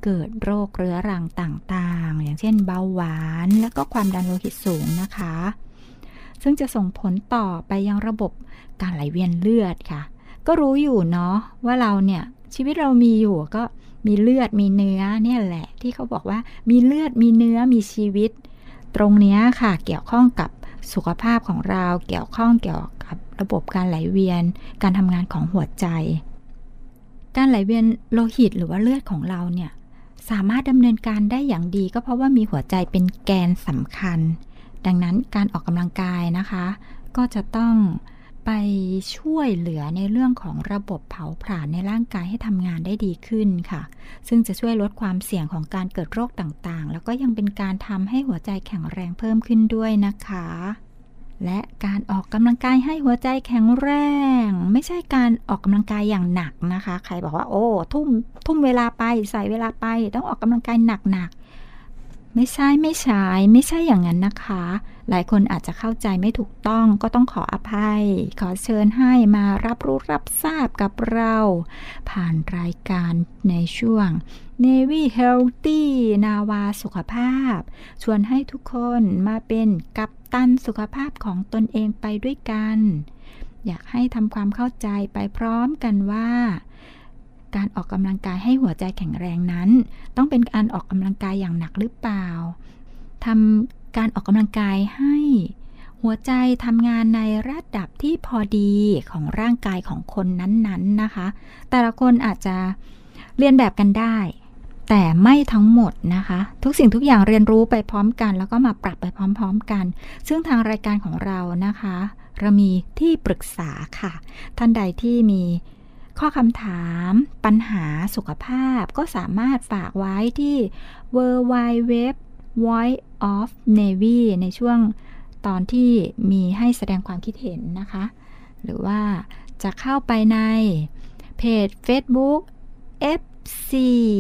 [SPEAKER 3] เกิดโรคเรื้อรังต่างๆอย่างเช่นเบาหวานและก็ความดันโลหิตสูงนะคะซึ่งจะส่งผลต่อไปยังระบบการไหลเวียนเลือดค่ะก็รู้อยู่เนาะว่าเราเนี่ยชีวิตเรามีอยู่ก็มีเลือดมีเนื้อเนี่ยแหละที่เขาบอกว่ามีเลือดมีเนื้อมีชีวิตตรงนี้ค่ะเกี่ยวข้องกับสุขภาพของเราเกี่ยวข้องเกี่ยวกับระบบการไหลเวียนการทำงานของหัวใจการไหลเวียนโลหิตหรือว่าเลือดของเราเนี่ยสามารถดำเนินการได้อย่างดีก็เพราะว่ามีหัวใจเป็นแกนสำคัญดังนั้นการออกกำลังกายนะคะก็จะต้องไปช่วยเหลือในเรื่องของระบบเผาผลาญในร่างกายให้ทำงานได้ดีขึ้นค่ะซึ่งจะช่วยลดความเสี่ยงของการเกิดโรคต่างๆแล้วก็ยังเป็นการทำให้หัวใจแข็งแรงเพิ่มขึ้นด้วยนะคะและการออกกำลังกายให้หัวใจแข็งแรงไม่ใช่การออกกำลังกายอย่างหนักนะคะใครบอกว่าโอ้ทุ่มทุ่มเวลาไปใส่เวลาไปต้องออกกำลังกายหนักๆไม่ใช่ไม่ใช่ไม่ใช่อย่างนั้นนะคะหลายคนอาจจะเข้าใจไม่ถูกต้องก็ต้องขออภัยขอเชิญให้มารับรู้รับทราบกับเราผ่านรายการในช่วง Navy Healthy นาวาสุขภาพชวนให้ทุกคนมาเป็นกัปตันสุขภาพของตนเองไปด้วยกันอยากให้ทำความเข้าใจไปพร้อมกันว่าการออกกำลังกายให้หัวใจแข็งแรงนั้นต้องเป็นการออกกำลังกายอย่างหนักหรือเปล่าทำการออกกำลังกายให้หัวใจทำงานในระดับที่พอดีของร่างกายของคนนั้นๆนะคะแต่ละคนอาจจะเรียนแบบกันได้แต่ไม่ทั้งหมดนะคะทุกสิ่งทุกอย่างเรียนรู้ไปพร้อมกันแล้วก็มาปรับไปพร้อมๆกันซึ่งทางรายการของเรานะคะเรามีที่ปรึกษาค่ะท่านใดที่มีข้อคำถามปัญหาสุขภาพก็สามารถฝากไว้ที่ ดับเบิลยู ดับเบิลยู ดับเบิลยู ดอท voice of navy ในช่วงตอนที่มีให้แสดงความคิดเห็นนะคะหรือว่าจะเข้าไปในเพจ Facebook เอฟ ซี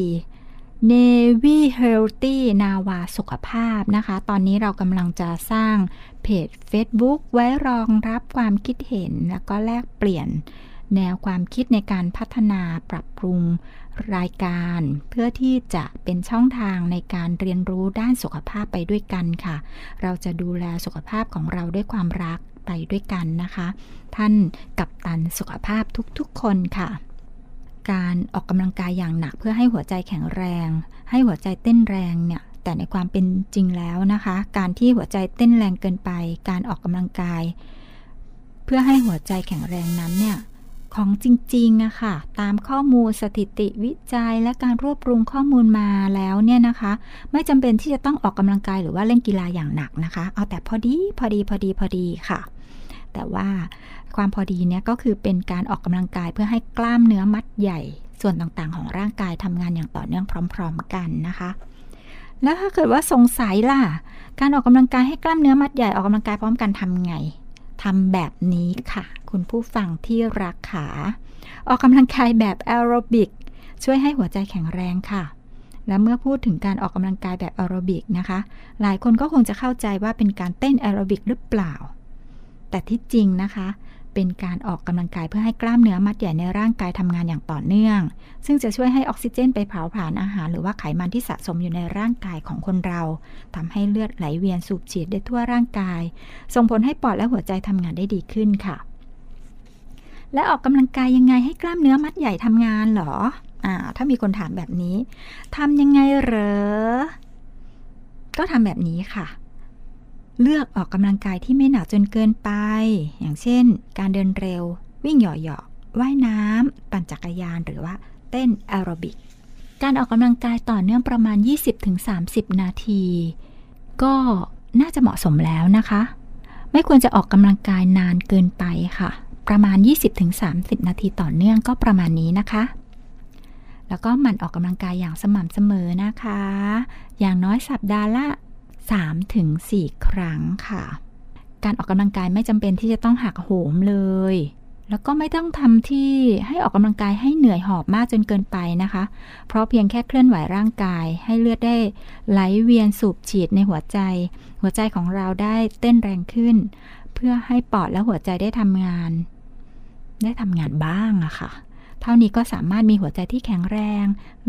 [SPEAKER 3] Navy Healthy นาวาสุขภาพนะคะตอนนี้เรากำลังจะสร้างเพจ Facebook ไว้รองรับความคิดเห็นแล้วก็แลกเปลี่ยนแนวความคิดในการพัฒนาปรับปรุงรายการเพื่อที่จะเป็นช่องทางในการเรียนรู้ด้านสุขภาพไปด้วยกันค่ะเราจะดูแลสุขภาพของเราด้วยความรักไปด้วยกันนะคะท่านกัปตันสุขภาพทุกๆคนค่ะการออกกำลังกายอย่างหนักเพื่อให้หัวใจแข็งแรงให้หัวใจเต้นแรงเนี่ยแต่ในความเป็นจริงแล้วนะคะการที่หัวใจเต้นแรงเกินไปการออกกำลังกายเพื่อให้หัวใจแข็งแรงนั้นเนี่ยของจริงๆอะค่ะตามข้อมูลสถิติวิจัยและการรวบรวมข้อมูลมาแล้วเนี่ยนะคะไม่จำเป็นที่จะต้องออกกำลังกายหรือว่าเล่นกีฬาอย่างหนักนะคะเอาแต่พอดีพอดีพอดีพอดีค่ะแต่ว่าความพอดีเนี่ยก็คือเป็นการออกกำลังกายเพื่อให้กล้ามเนื้อมัดใหญ่ส่วนต่างๆของร่างกายทำงานอย่างต่อเนื่องพร้อมๆกันนะคะแล้วถ้าเกิดว่าสงสัยล่ะการออกกำลังกายให้กล้ามเนื้อมัดใหญ่ออกกำลังกายพร้อมกันทำไงทำแบบนี้ค่ะคุณผู้ฟังที่รักขาออกกำลังกายแบบแอโรบิกช่วยให้หัวใจแข็งแรงค่ะและเมื่อพูดถึงการออกกำลังกายแบบแอโรบิกนะคะหลายคนก็คงจะเข้าใจว่าเป็นการเต้นแอโรบิกหรือเปล่าแต่ที่จริงนะคะเป็นการออกกำลังกายเพื่อให้กล้ามเนื้อมัดใหญ่ในร่างกายทำงานอย่างต่อเนื่องซึ่งจะช่วยให้ออกซิเจนไปเผาผลาญอาหารหรือว่าไขมันที่สะสมอยู่ในร่างกายของคนเราทำให้เลือดไหลเวียนสูบฉีดได้ทั่วร่างกายส่งผลให้ปอดและหัวใจทำงานได้ดีขึ้นค่ะและออกกำลังกายยังไงให้กล้ามเนื้อมัดใหญ่ทำงานหรออ่าถ้ามีคนถามแบบนี้ทำยังไงเหรอก็ทำแบบนี้ค่ะเลือกออกกำลังกายที่ไม่หนักจนเกินไปอย่างเช่นการเดินเร็ววิ่งเหยาะๆว่ายน้ำปั่นจักรยานหรือว่าเต้นแอโรบิกการออกกำลังกายต่อเนื่องประมาณ ยี่สิบถึงสามสิบ นาทีก็น่าจะเหมาะสมแล้วนะคะไม่ควรจะออกกำลังกายนานเกินไปค่ะประมาณ ยี่สิบถึงสามสิบ นาทีต่อเนื่องก็ประมาณนี้นะคะแล้วก็หมั่นออกกำลังกายอย่างสม่ำเสมอนะคะอย่างน้อยสัปดาห์ละสามถึงสี่ ครั้งค่ะการออกกำลังกายไม่จำเป็นที่จะต้องหักโหมเลยแล้วก็ไม่ต้องทำที่ให้ออกกำลังกายให้เหนื่อยหอบมากจนเกินไปนะคะเพราะเพียงแค่เคลื่อนไหวร่างกายให้เลือดได้ไหลเวียนสูบฉีดในหัวใจหัวใจของเราได้เต้นแรงขึ้นเพื่อให้ปอดและหัวใจได้ทำงานได้ทำงานบ้างอะค่ะเท่านี้ก็สามารถมีหัวใจที่แข็งแรงลด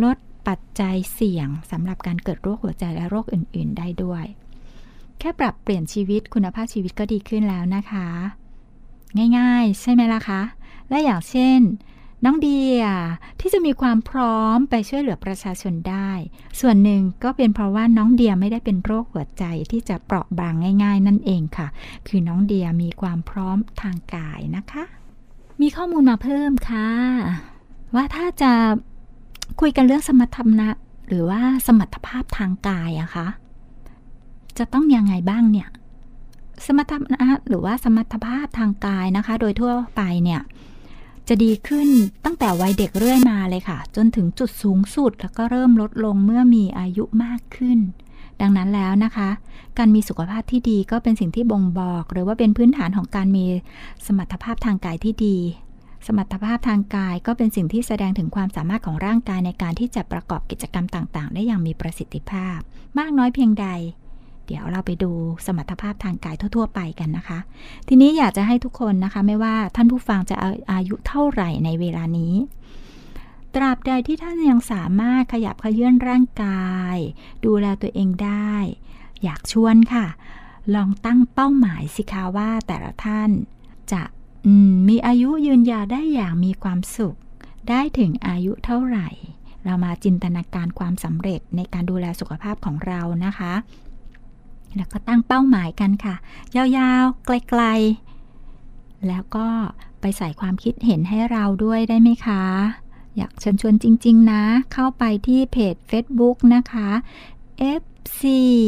[SPEAKER 3] ปัจจัยเสี่ยงสำหรับการเกิดโรคหัวใจและโรคอื่นๆได้ด้วยแค่ปรับเปลี่ยนชีวิตคุณภาพชีวิตก็ดีขึ้นแล้วนะคะง่ายๆใช่ไหมล่ะคะและอย่างเช่นน้องเดียที่จะมีความพร้อมไปช่วยเหลือประชาชนได้ส่วนหนึ่งก็เป็นเพราะว่าน้องเดียไม่ได้เป็นโรคหัวใจที่จะเปราะบางง่ายๆนั่นเองค่ะคือน้องเดียมีความพร้อมทางกายนะคะมีข้อมูลมาเพิ่มค่ะว่าถ้าจะคุยกันเรื่องสมรรถนะหรือว่าสมรรถภาพทางกายอะคะจะต้องยังไงบ้างเนี่ยสมรรถนะหรือว่าสมรรถภาพทางกายนะคะโดยทั่วไปเนี่ยจะดีขึ้นตั้งแต่วัยเด็กเรื่อยมาเลยค่ะจนถึงจุดสูงสุดแล้วก็เริ่มลดลงเมื่อมีอายุมากขึ้นดังนั้นแล้วนะคะการมีสุขภาพที่ดีก็เป็นสิ่งที่บ่งบอกหรือว่าเป็นพื้นฐานของการมีสมรรถภาพทางกายที่ดีสมรรถภาพทางกายก็เป็นสิ่งที่แสดงถึงความสามารถของร่างกายในการที่จะประกอบกิจกรรมต่างๆได้อย่างมีประสิทธิภาพมากน้อยเพียงใดเดี๋ยวเราไปดูสมรรถภาพทางกายทั่วๆไปกันนะคะทีนี้อยากจะให้ทุกคนนะคะไม่ว่าท่านผู้ฟังจะอายุเท่าไหร่ในเวลานี้ตราบใดที่ท่านยังสามารถขยับเขยื้อนร่างกายดูแลตัวเองได้อยากชวนค่ะลองตั้งเป้าหมายสิคะว่าแต่ละท่านจะมีอายุยืนยาวได้อย่างมีความสุขได้ถึงอายุเท่าไหร่เรามาจินตนาการความสำเร็จในการดูแลสุขภาพของเรานะคะแล้วก็ตั้งเป้าหมายกันค่ะยาวๆไกลๆแล้วก็ไปใส่ความคิดเห็นให้เราด้วยได้ไหมคะอยากเชิญชวนจริงๆนะเข้าไปที่เพจ Facebook นะคะ เอฟ ซี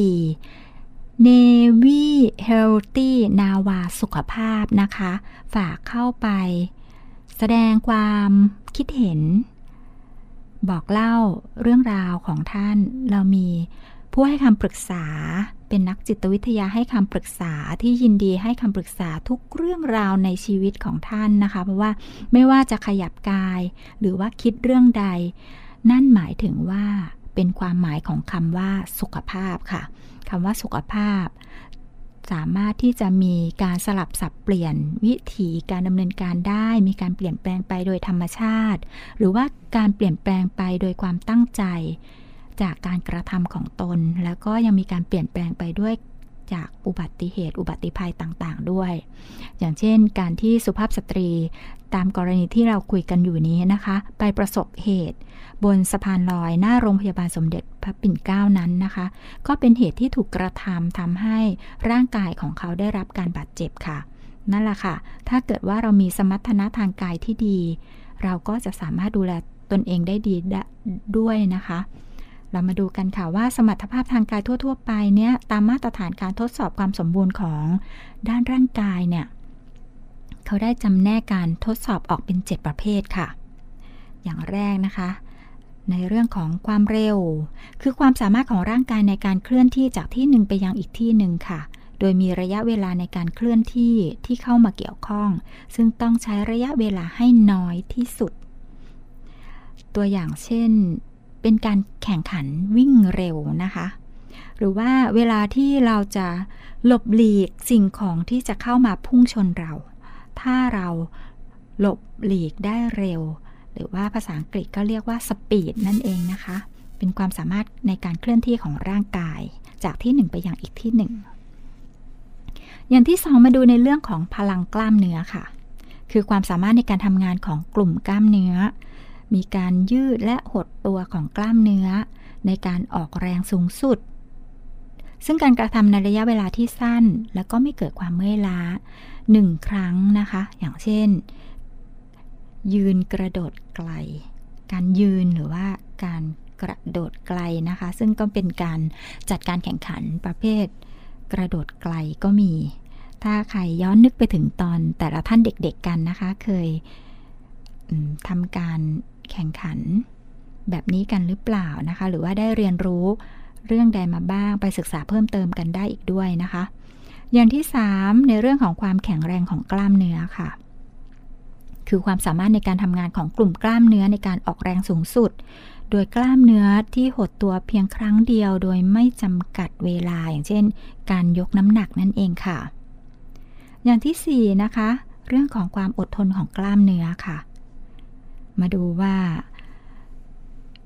[SPEAKER 3] Navy Healthy นาวาสุขภาพนะคะฝากเข้าไปแสดงความคิดเห็นบอกเล่าเรื่องราวของท่านเรามีผู้ให้คำปรึกษาเป็นนักจิตวิทยาให้คำปรึกษาที่ยินดีให้คำปรึกษาทุกเรื่องราวในชีวิตของท่านนะคะเพราะว่าไม่ว่าจะขยับกายหรือว่าคิดเรื่องใดนั่นหมายถึงว่าเป็นความหมายของคำว่าสุขภาพค่ะคำว่าสุขภาพสามารถที่จะมีการสลับสับเปลี่ยนวิถีการดำเนินการได้มีการเปลี่ยนแปลงไปโดยธรรมชาติหรือว่าการเปลี่ยนแปลงไปโดยความตั้งใจจากการกระทำของตนแล้วก็ยังมีการเปลี่ยนแปลงไปด้วยจากอุบัติเหตุอุบัติภัยต่างๆด้วยอย่างเช่นการที่สุภาพสตรีตามกรณีที่เราคุยกันอยู่นี้นะคะไปประสบเหตุบนสะพานลอยหน้าโรงพยาบาลสมเด็จพระปิ่นเกล้านั้นนะคะก็เป็นเหตุที่ถูกกระทำทำให้ร่างกายของเขาได้รับการบาดเจ็บค่ะนั่นแหละค่ะถ้าเกิดว่าเรามีสมรรถนะทางกายที่ดีเราก็จะสามารถดูแลตนเองได้ดีด้วยนะคะเรามาดูกันค่ะว่าสมรรถภาพทางกายทั่วๆไปเนี่ยตามมาตรฐานการทดสอบความสมบูรณ์ของด้านร่างกายเนี่ยเขาได้จำแนกการทดสอบออกเป็นเจ็ดประเภทค่ะอย่างแรกนะคะในเรื่องของความเร็วคือความสามารถของร่างกายในการเคลื่อนที่จากที่หนึ่งไปยังอีกที่หนึ่งค่ะโดยมีระยะเวลาในการเคลื่อนที่ที่เข้ามาเกี่ยวข้องซึ่งต้องใช้ระยะเวลาให้น้อยที่สุดตัวอย่างเช่นเป็นการแข่งขันวิ่งเร็วนะคะหรือว่าเวลาที่เราจะหลบหลีกสิ่งของที่จะเข้ามาพุ่งชนเราถ้าเราหลบหลีกได้เร็วหรือว่าภาษาอังกฤษก็เรียกว่าสปีดนั่นเองนะคะเป็นความสามารถในการเคลื่อนที่ของร่างกายจากที่หนึ่งไปยังอีกที่หนึ่งอย่างที่สองมาดูในเรื่องของพลังกล้ามเนื้อค่ะคือความสามารถในการทำงานของกลุ่มกล้ามเนื้อมีการยืดและหดตัวของกล้ามเนื้อในการออกแรงสูงสุดซึ่งการกระทำในระยะเวลาที่สั้นแล้วก็ไม่เกิดความเมื่อยล้าหนึ่งครั้งนะคะอย่างเช่นยืนกระโดดไกลการยืนหรือว่าการกระโดดไกลนะคะซึ่งก็เป็นการจัดการแข่งขันประเภทกระโดดไกลก็มีถ้าใครย้อนนึกไปถึงตอนแต่ละท่านเด็กๆกันนะคะเคยทำการแข่งขันแบบนี้กันหรือเปล่านะคะหรือว่าได้เรียนรู้เรื่องใดมาบ้างไปศึกษาเพิ่มเติมกันได้อีกด้วยนะคะอย่างที่สามในเรื่องของความแข็งแรงของกล้ามเนื้อค่ะคือความสามารถในการทำงานของกลุ่มกล้ามเนื้อในการออกแรงสูงสุดโดยกล้ามเนื้อที่หดตัวเพียงครั้งเดียวโดยไม่จำกัดเวลาอย่างเช่นการยกน้ำหนักนั่นเองค่ะอย่างที่สี่นะคะเรื่องของความอดทนของกล้ามเนื้อค่ะมาดูว่า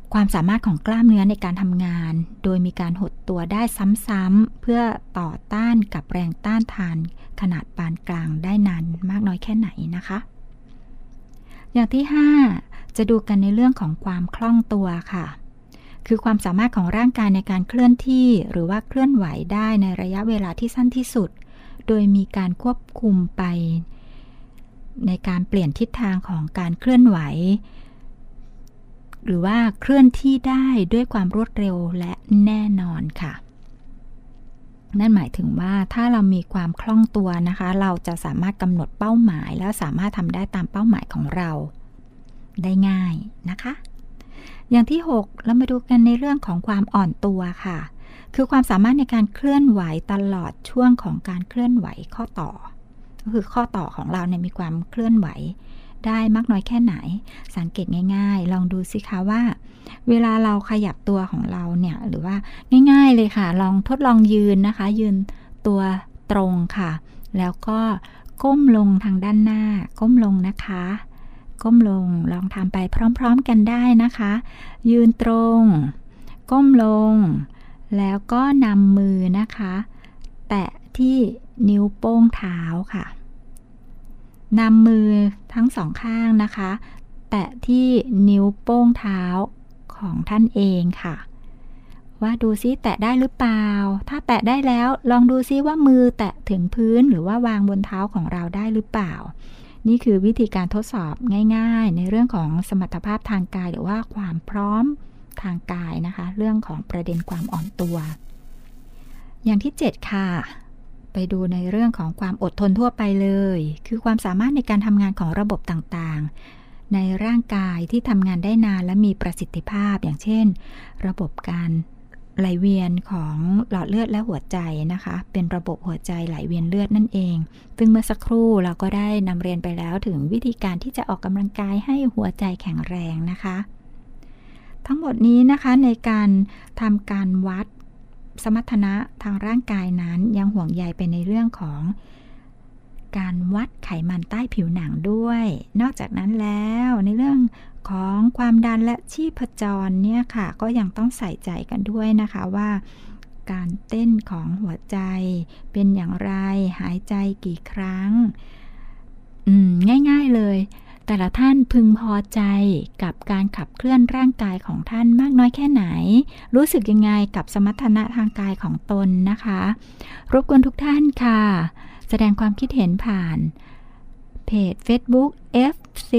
[SPEAKER 3] ความสามารถของกล้ามเนื้อในการทำงานโดยมีการหดตัวได้ซ้ำๆเพื่อต่อต้านกับแรงต้านทานขนาดปานกลางได้นานมากน้อยแค่ไหนนะคะอย่างที่ห้าจะดูกันในเรื่องของความคล่องตัวค่ะคือความสามารถของร่างกายในการเคลื่อนที่หรือว่าเคลื่อนไหวได้ในระยะเวลาที่สั้นที่สุดโดยมีการควบคุมไปในการเปลี่ยนทิศทางของการเคลื่อนไหวหรือว่าเคลื่อนที่ได้ด้วยความรวดเร็วและแน่นอนค่ะนั่นหมายถึงว่าถ้าเรามีความคล่องตัวนะคะเราจะสามารถกำหนดเป้าหมายแล้วสามารถทำได้ตามเป้าหมายของเราได้ง่ายนะคะอย่างที่หกเรามาดูกันในเรื่องของความอ่อนตัวค่ะคือความสามารถในการเคลื่อนไหวตลอดช่วงของการเคลื่อนไหวข้อต่อก็คือข้อต่อของเราเนี่ยมีความเคลื่อนไหวได้มากน้อยแค่ไหนสังเกตง่ายๆลองดูสิคะว่าเวลาเราขยับตัวของเราเนี่ยหรือว่าง่ายๆเลยค่ะลองทดลองยืนนะคะยืนตัวตรงค่ะแล้วก็ก้มลงทางด้านหน้าก้มลงนะคะก้มลงลองทำไปพร้อมๆกันได้นะคะยืนตรงก้มลงแล้วก็นำมือนะคะแตะที่นิ้วโป้งเท้าค่ะนำมือทั้งสองข้างนะคะแตะที่นิ้วโป้งเท้าของท่านเองค่ะว่าดูซิแตะได้หรือเปล่าถ้าแตะได้แล้วลองดูซิว่ามือแตะถึงพื้นหรือว่าวางบนเท้าของเราได้หรือเปล่านี่คือวิธีการทดสอบง่ายๆในเรื่องของสมรรถภาพทางกายหรือว่าความพร้อมทางกายนะคะเรื่องของประเด็นความอ่อนตัวอย่างที่เจ็ดค่ะไปดูในเรื่องของความอดทนทั่วไปเลยคือความสามารถในการทำงานของระบบต่างๆในร่างกายที่ทำงานได้นานและมีประสิทธิภาพอย่างเช่นระบบการไหลเวียนของหลอดเลือดและหัวใจนะคะเป็นระบบหัวใจไหลเวียนเลือดนั่นเองซึ่งเมื่อสักครู่เราก็ได้นำเรียนไปแล้วถึงวิธีการที่จะออกกำลังกายให้หัวใจแข็งแรงนะคะทั้งหมดนี้นะคะในการทำการวัดสมรรถนะทางร่างกายนั้นยังห่วงใยไปในเรื่องของการวัดไขมันใต้ผิวหนังด้วยนอกจากนั้นแล้วในเรื่องของความดันและชีพจรเนี่ยค่ะก็ยังต้องใส่ใจกันด้วยนะคะว่าการเต้นของหัวใจเป็นอย่างไรหายใจกี่ครั้งอืมง่ายๆเลยแต่ละท่านพึงพอใจกับการขับเคลื่อนร่างกายของท่านมากน้อยแค่ไหนรู้สึกยังไงกับสมรรถนะทางกายของตนนะคะรบกวนทุกท่านค่ะแสดงความคิดเห็นผ่านเพจ Facebook เอฟ ซี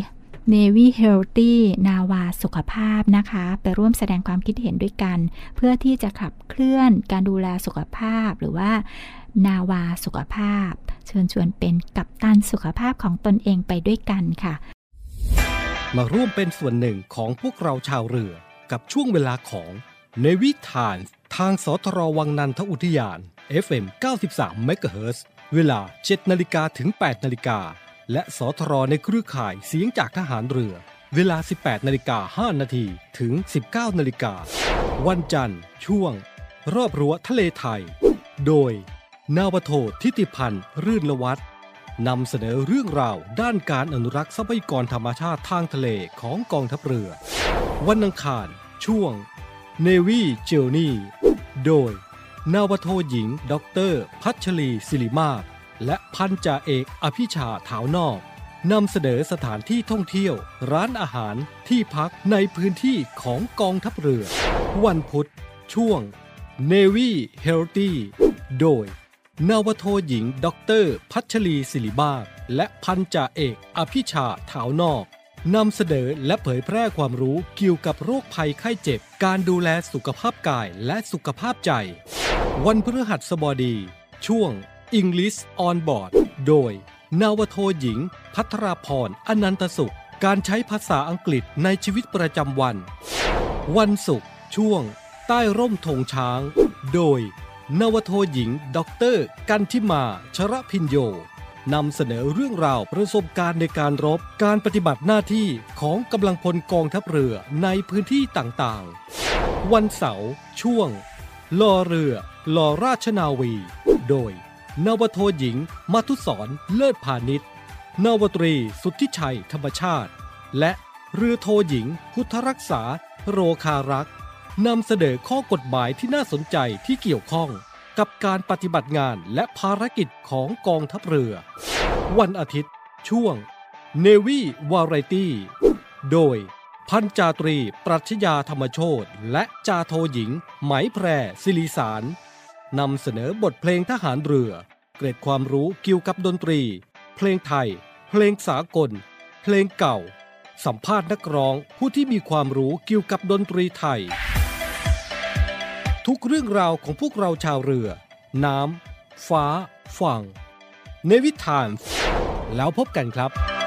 [SPEAKER 3] Navy Healthy นาวาสุขภาพนะคะไปร่วมแสดงความคิดเห็นด้วยกันเพื่อที่จะขับเคลื่อนการดูแลสุขภาพหรือว่านาวาสุขภาพเชิญชวนเป็นกัปตันสุขภาพของตนเองไปด้วยกันค่ะ
[SPEAKER 1] มาร่วมเป็นส่วนหนึ่งของพวกเราชาวเรือกับช่วงเวลาของ Navy Times ทางสทรวังนันทอุทยาน เอฟ เอ็ม เก้าสิบสาม เมกะเฮิรตซ์ เวลา เจ็ดนาฬิกา ถึง แปดนาฬิกา และสทรในเครือข่ายเสียงจากทหารเรือเวลา สิบแปดนาฬิกาห้านาที ถึง สิบเก้านาฬิกา วันจันทร์ช่วงรอบรั้วทะเลไทยโดยนาวโททิติพันธ์รื่นละวัฒน์นำเสนอเรื่องราวด้านการอนุรักษ์ทรัพยากรธรรมชาติทางทะเลของกองทัพเรือวันอังคารช่วง Navy Journey โดยนาวโทหญิงดร.พัชรีศิริมาศและพันจ่าเอกอภิชาถาวนอกนำเสนอสถานที่ท่องเที่ยวร้านอาหารที่พักในพื้นที่ของกองทัพเรือวันพุธช่วง Navy Healthy โดยนาวโทหญิงดร.พัชรีศิริมาศและพันจ่าเอกอภิชาถาวนอกนำเสนอและเผยแพร่ความรู้เกี่ยวกับโรคภัยไข้เจ็บการดูแลสุขภาพกายและสุขภาพใจวันพฤหัสบดีช่วง English on Board โดยนาวโทหญิงภัทราพรอนันตสุขการใช้ภาษาอังกฤษในชีวิตประจำวันวันศุกร์ช่วงใต้ร่มธงช้างโดยนาวโทหญิงดร.กันทิมาชรพิญโยนำเสนอเรื่องราวประสบการณ์ในการรบการปฏิบัติหน้าที่ของกำลังพลกองทัพเรือในพื้นที่ต่างๆวันเสาร์ช่วงลอเรือลอราชนาวีโดยนาวโทหญิงมัทุศรเลิศพานิชนาวตรีสุทธิชัยธรรมชาติและเรือโทหญิงพุทธรักษาโรคารักษ์นำเสนอข้อกฎหมายที่น่าสนใจที่เกี่ยวข้องกับการปฏิบัติงานและภารกิจของกองทัพเรือ วันอาทิตย์ช่วง Navy Variety โดยพันจ่าตรีปรัชญาธรรมโชติและจ่าโทหญิงไหมแพรศิริสารนำเสนอบทเพลงทหารเรือเกร็ดความรู้เกี่ยวกับดนตรีเพลงไทยเพลงสากลเพลงเก่าสัมภาษณ์นักร้องผู้ที่มีความรู้เกี่ยวกับดนตรีไทยทุกเรื่องราวของพวกเราชาวเรือน้ำฟ้าฝั่งเนวิทานแล้วพบกันครับ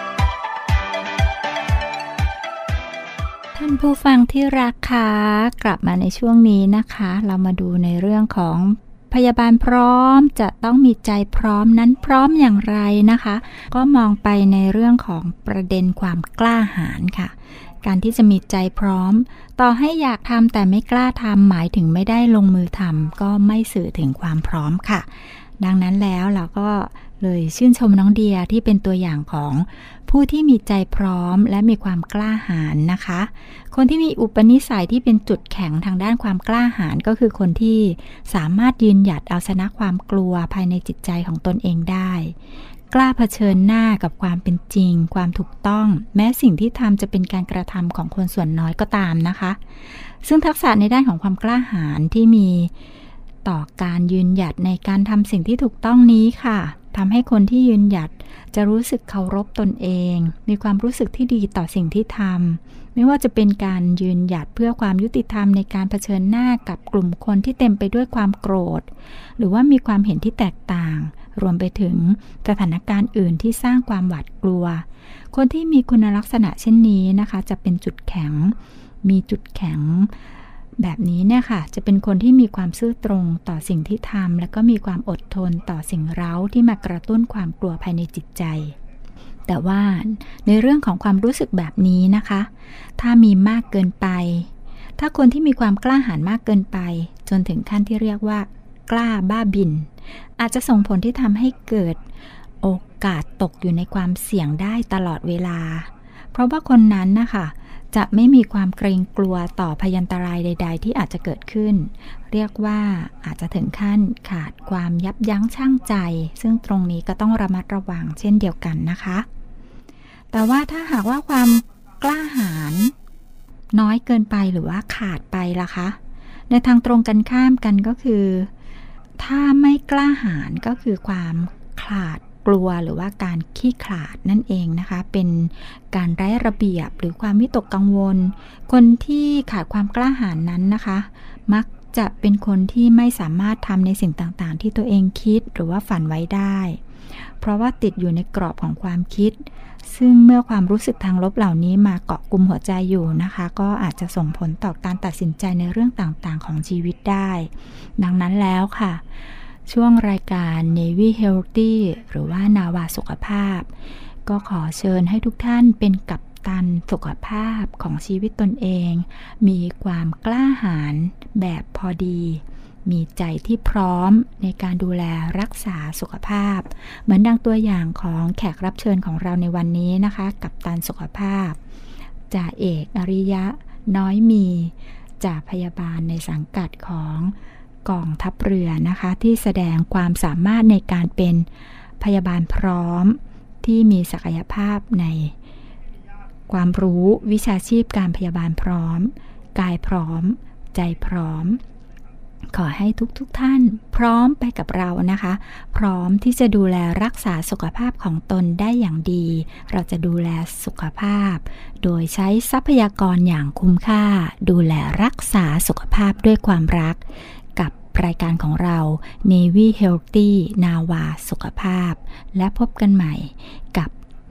[SPEAKER 3] ท่านผู้ฟังที่รักค่ะกลับมาในช่วงนี้นะคะเรามาดูในเรื่องของพยาบาลพร้อมจะต้องมีใจพร้อมนั้นพร้อมอย่างไรนะคะก็มองไปในเรื่องของประเด็นความกล้าหาญค่ะการที่จะมีใจพร้อมต่อให้อยากทำแต่ไม่กล้าทำหมายถึงไม่ได้ลงมือทำก็ไม่สื่อถึงความพร้อมค่ะดังนั้นแล้วเราก็เลยชื่นชมน้องเดียที่เป็นตัวอย่างของผู้ที่มีใจพร้อมและมีความกล้าหาญนะคะคนที่มีอุปนิสัยที่เป็นจุดแข็งทางด้านความกล้าหาญก็คือคนที่สามารถยืนหยัดเอาชนะความกลัวภายในจิตใจของตนเองได้กล้าเผชิญหน้ากับความเป็นจริงความถูกต้องแม้สิ่งที่ทำจะเป็นการกระทำของคนส่วนน้อยก็ตามนะคะซึ่งทักษะในด้านของความกล้าหาญที่มีต่อการยืนหยัดในการทำสิ่งที่ถูกต้องนี้ค่ะทำให้คนที่ยืนหยัดจะรู้สึกเคารพตนเองมีความรู้สึกที่ดีต่อสิ่งที่ทำไม่ว่าจะเป็นการยืนหยัดเพื่อความยุติธรรมในการเผชิญหน้ากับกลุ่มคนที่เต็มไปด้วยความโกรธหรือว่ามีความเห็นที่แตกต่างรวมไปถึงสถานการณ์อื่นที่สร้างความหวาดกลัวคนที่มีคุณลักษณะเช่นนี้นะคะจะเป็นจุดแข็งมีจุดแข็งแบบนี้เนี่ยค่ะจะเป็นคนที่มีความซื่อตรงต่อสิ่งที่ทำและก็มีความอดทนต่อสิ่งเร้าที่มากระตุ้นความกลัวภายในจิตใจแต่ว่าในเรื่องของความรู้สึกแบบนี้นะคะถ้ามีมากเกินไปถ้าคนที่มีความกล้าหาญมากเกินไปจนถึงขั้นที่เรียกว่ากล้าบ้าบินอาจจะส่งผลที่ทำให้เกิดโอกาสตกอยู่ในความเสี่ยงได้ตลอดเวลาเพราะว่าคนนั้นนะคะจะไม่มีความเกรงกลัวต่อพยันตรายใดๆที่อาจจะเกิดขึ้นเรียกว่าอาจจะถึงขั้นขาดความยับยั้งชั่งใจซึ่งตรงนี้ก็ต้องระมัดระวังเช่นเดียวกันนะคะแต่ว่าถ้าหากว่าความกล้าหาญน้อยเกินไปหรือว่าขาดไปล่ะคะในทางตรงกันข้ามกันก็คือถ้าไม่กล้าหาญก็คือความขาดกลัวหรือว่าการขี้ขลาดนั่นเองนะคะเป็นการไร้ระเบียบหรือความวิตกกังวลคนที่ขาดความกล้าหาญนั้นนะคะมักจะเป็นคนที่ไม่สามารถทำในสิ่งต่างๆที่ตัวเองคิดหรือว่าฝันไว้ได้เพราะว่าติดอยู่ในกรอบของความคิดซึ่งเมื่อความรู้สึกทางลบเหล่านี้มาเกาะกุมหัวใจอยู่นะคะก็อาจจะส่งผลต่อการตัดสินใจในเรื่องต่างๆของชีวิตได้ดังนั้นแล้วค่ะช่วงรายการ Navy Healthy หรือว่านาวาสุขภาพก็ขอเชิญให้ทุกท่านเป็นกัปตันสุขภาพของชีวิตตนเองมีความกล้าหาญแบบพอดีมีใจที่พร้อมในการดูแลรักษาสุขภาพเหมือนดังตัวอย่างของแขกรับเชิญของเราในวันนี้นะคะกัปตันสุขภาพจ่าเอกอริยะน้อยมีจ่าพยาบาลในสังกัดของกองทัพเรือนะคะที่แสดงความสามารถในการเป็นพยาบาลพร้อมที่มีศักยภาพในความรู้วิชาชีพการพยาบาลพร้อมกายพร้อมใจพร้อมขอให้ทุกๆ ท่านพร้อมไปกับเรานะคะพร้อมที่จะดูแลรักษาสุขภาพของตนได้อย่างดีเราจะดูแลสุขภาพโดยใช้ทรัพยากรอย่างคุ้มค่าดูแลรักษาสุขภาพด้วยความรักกับรายการของเรา Navy Healthy นาวาสุขภาพและพบกันใหม่กับ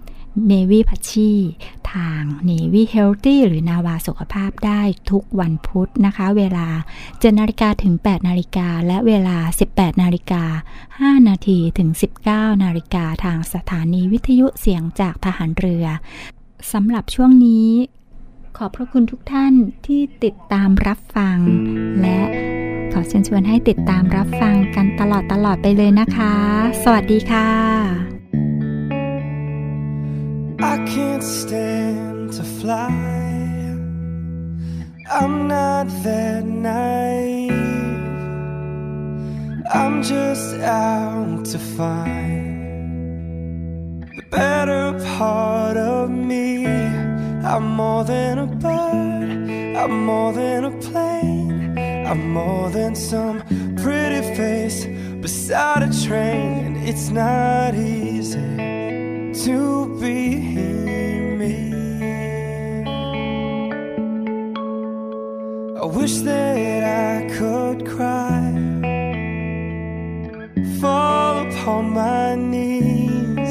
[SPEAKER 3] Navy พัชชีทาง Navy Healthy หรือนาวาสุขภาพได้ทุกวันพุธนะคะเวลา เจ็ดนาฬิกา ถึง แปดนาฬิกาและเวลา สิบแปดนาฬิกาห้านาทีถึง สิบเก้านาฬิกาทางสถานีวิทยุเสียงจากทหารเรือสำหรับช่วงนี้ขอบพระคุณทุกท่านที่ติดตามรับฟังและขอเชิญชวนให้ติดตามรับฟังกันตลอดตลอดไปเลยนะคะสวัสดีค่ะ
[SPEAKER 8] I can't stand to fly I'm not that naive. I'm just out to find the better part of me. I'm more than a bird, I'm more than a plane, I'm more than some pretty face beside a train. And it's not easy to be me. I wish that I could cry, fall upon my knees,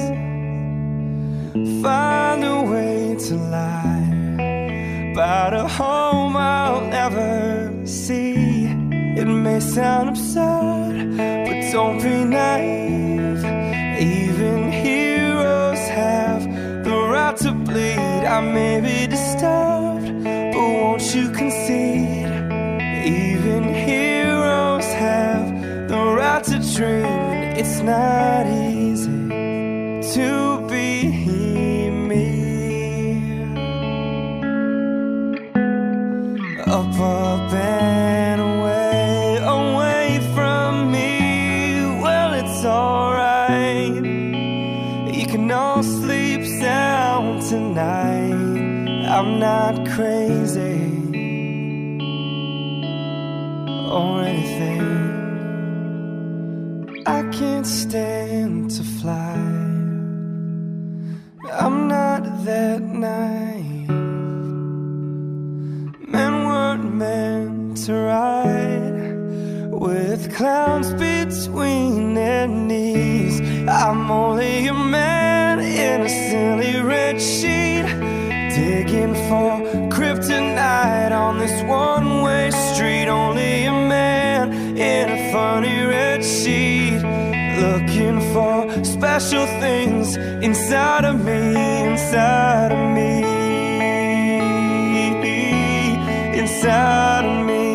[SPEAKER 8] find a way to lie about a home I'll never see. It may sound absurd, but don't be naive. Even heroes have the right to bleed. I may be disturbed, but won't you concede? Even heroes have the right to dream. And it's not easy to be me. Up, up and away, away from me. Well, it's alright. You can all sleep sound tonight. I'm not crazy or anything. I can't stand to fly. I'm not that naive. Men weren't meant to ride with clowns between their knees. I'm only a man in a silly red sheet, digging for kryptonite on this one-way street. Only a man in a funny red sheet, looking for special things inside of me, inside of me, inside of me,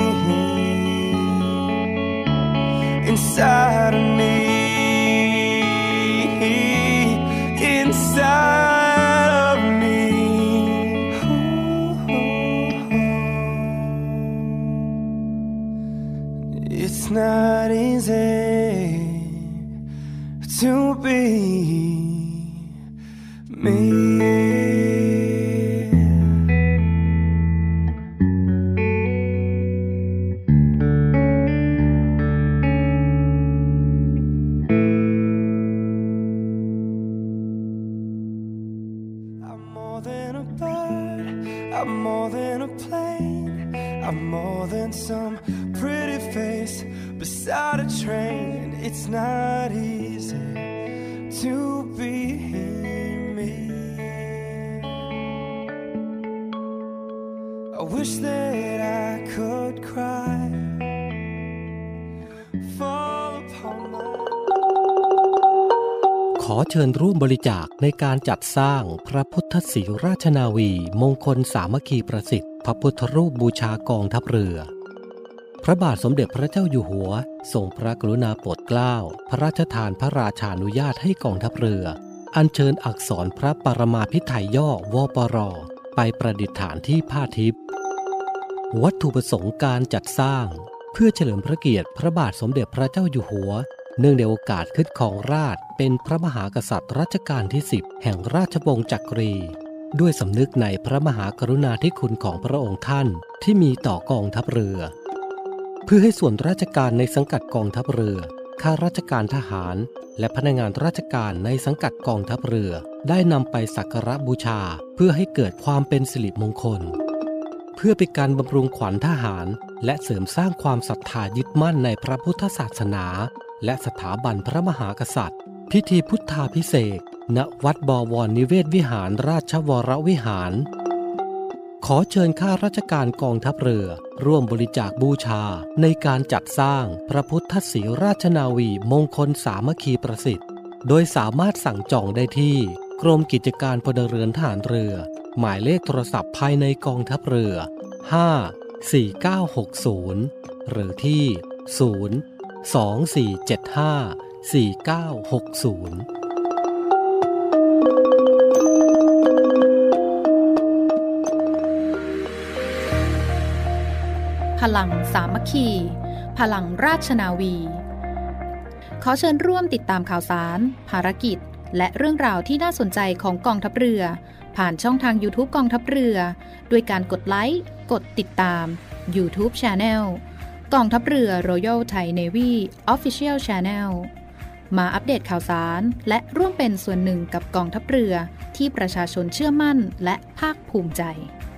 [SPEAKER 8] inside of me, inside of me. It's not easy to be me. I'm more than a bird, I'm more than a plane, I'm more than some pretty face beside a train. And it's not easy to be me. I wish that I could cry, fall upon my
[SPEAKER 1] ขอเชิญร่วมบริจาคในการจัดสร้างพระพุทธศรีราชนาวีมงคลสามัคคีประสิทธิ์พระพุทธรูปบูชากองทัพเรือพระบาทสมเด็จพระเจ้าอยู่หัวทรงพระกรุณาโปรดเกล้าพระราชทานพระราชานุญาตให้กองทัพเรืออัญเชิญอักษรพระปรมาภิไธยย่อวปรไปประดิษฐานที่ผ้าทิพย์วัตถุประสงค์การจัดสร้างเพื่อเฉลิมพระเกียรติพระบาทสมเด็จพระเจ้าอยู่หัวเนื่องในโอกาสขึ้นครองราชย์เป็นพระมหากษัตริย์รัชกาลที่สิบแห่งราชวงศ์จักรีด้วยสำนึกในพระมหากรุณาธิคุณของพระองค์ท่านที่มีต่อกองทัพเรือเพื่อให้ส่วนราชการในสังกัดกองทัพเรือข้าราชการทหารและพนักงานราชการในสังกัดกองทัพเรือได้นำไปสักการะบูชาเพื่อให้เกิดความเป็นสิริมงคลเพื่อเป็นการบำรุงขวัญทหารและเสริมสร้างความศรัทธายึดมั่นในพระพุทธศาสนาและสถาบันพระมหากษัตริย์พิธีพุทธาภิเษกณวัดบวรนิเวศวิหารราชวรวิหารขอเชิญข้าราชการกองทัพเรือร่วมบริจาคบูชาในการจัดสร้างพระพุทธศรีราชนาวีมงคลสามัคคีประสิทธิ์โดยสามารถสั่งจองได้ที่กรมกิจการพลเรือนทหารเรือหมายเลขโทรศัพท์ภายในกองทัพเรือห้า สี่ เก้า หก ศูนย์หรือที่ศูนย์ สอง สี่ เจ็ด ห้า สี่ เก้า หก ศูนย์
[SPEAKER 8] I
[SPEAKER 9] พลังสามัคคีพลังราชนาวีขอเชิญร่วมติดตามข่าวสารภารกิจและเรื่องราวที่น่าสนใจของกองทัพเรือผ่านช่องทาง YouTube กองทัพเรือด้วยการกดไลค์กดติดตาม YouTube Channel กองทัพเรือ Royal Thai Navy Official Channel มาอัปเดตข่าวสารและร่วมเป็นส่วนหนึ่งกับกองทัพเรือที่ประชาชนเชื่อมั่นและภาคภูมิใจ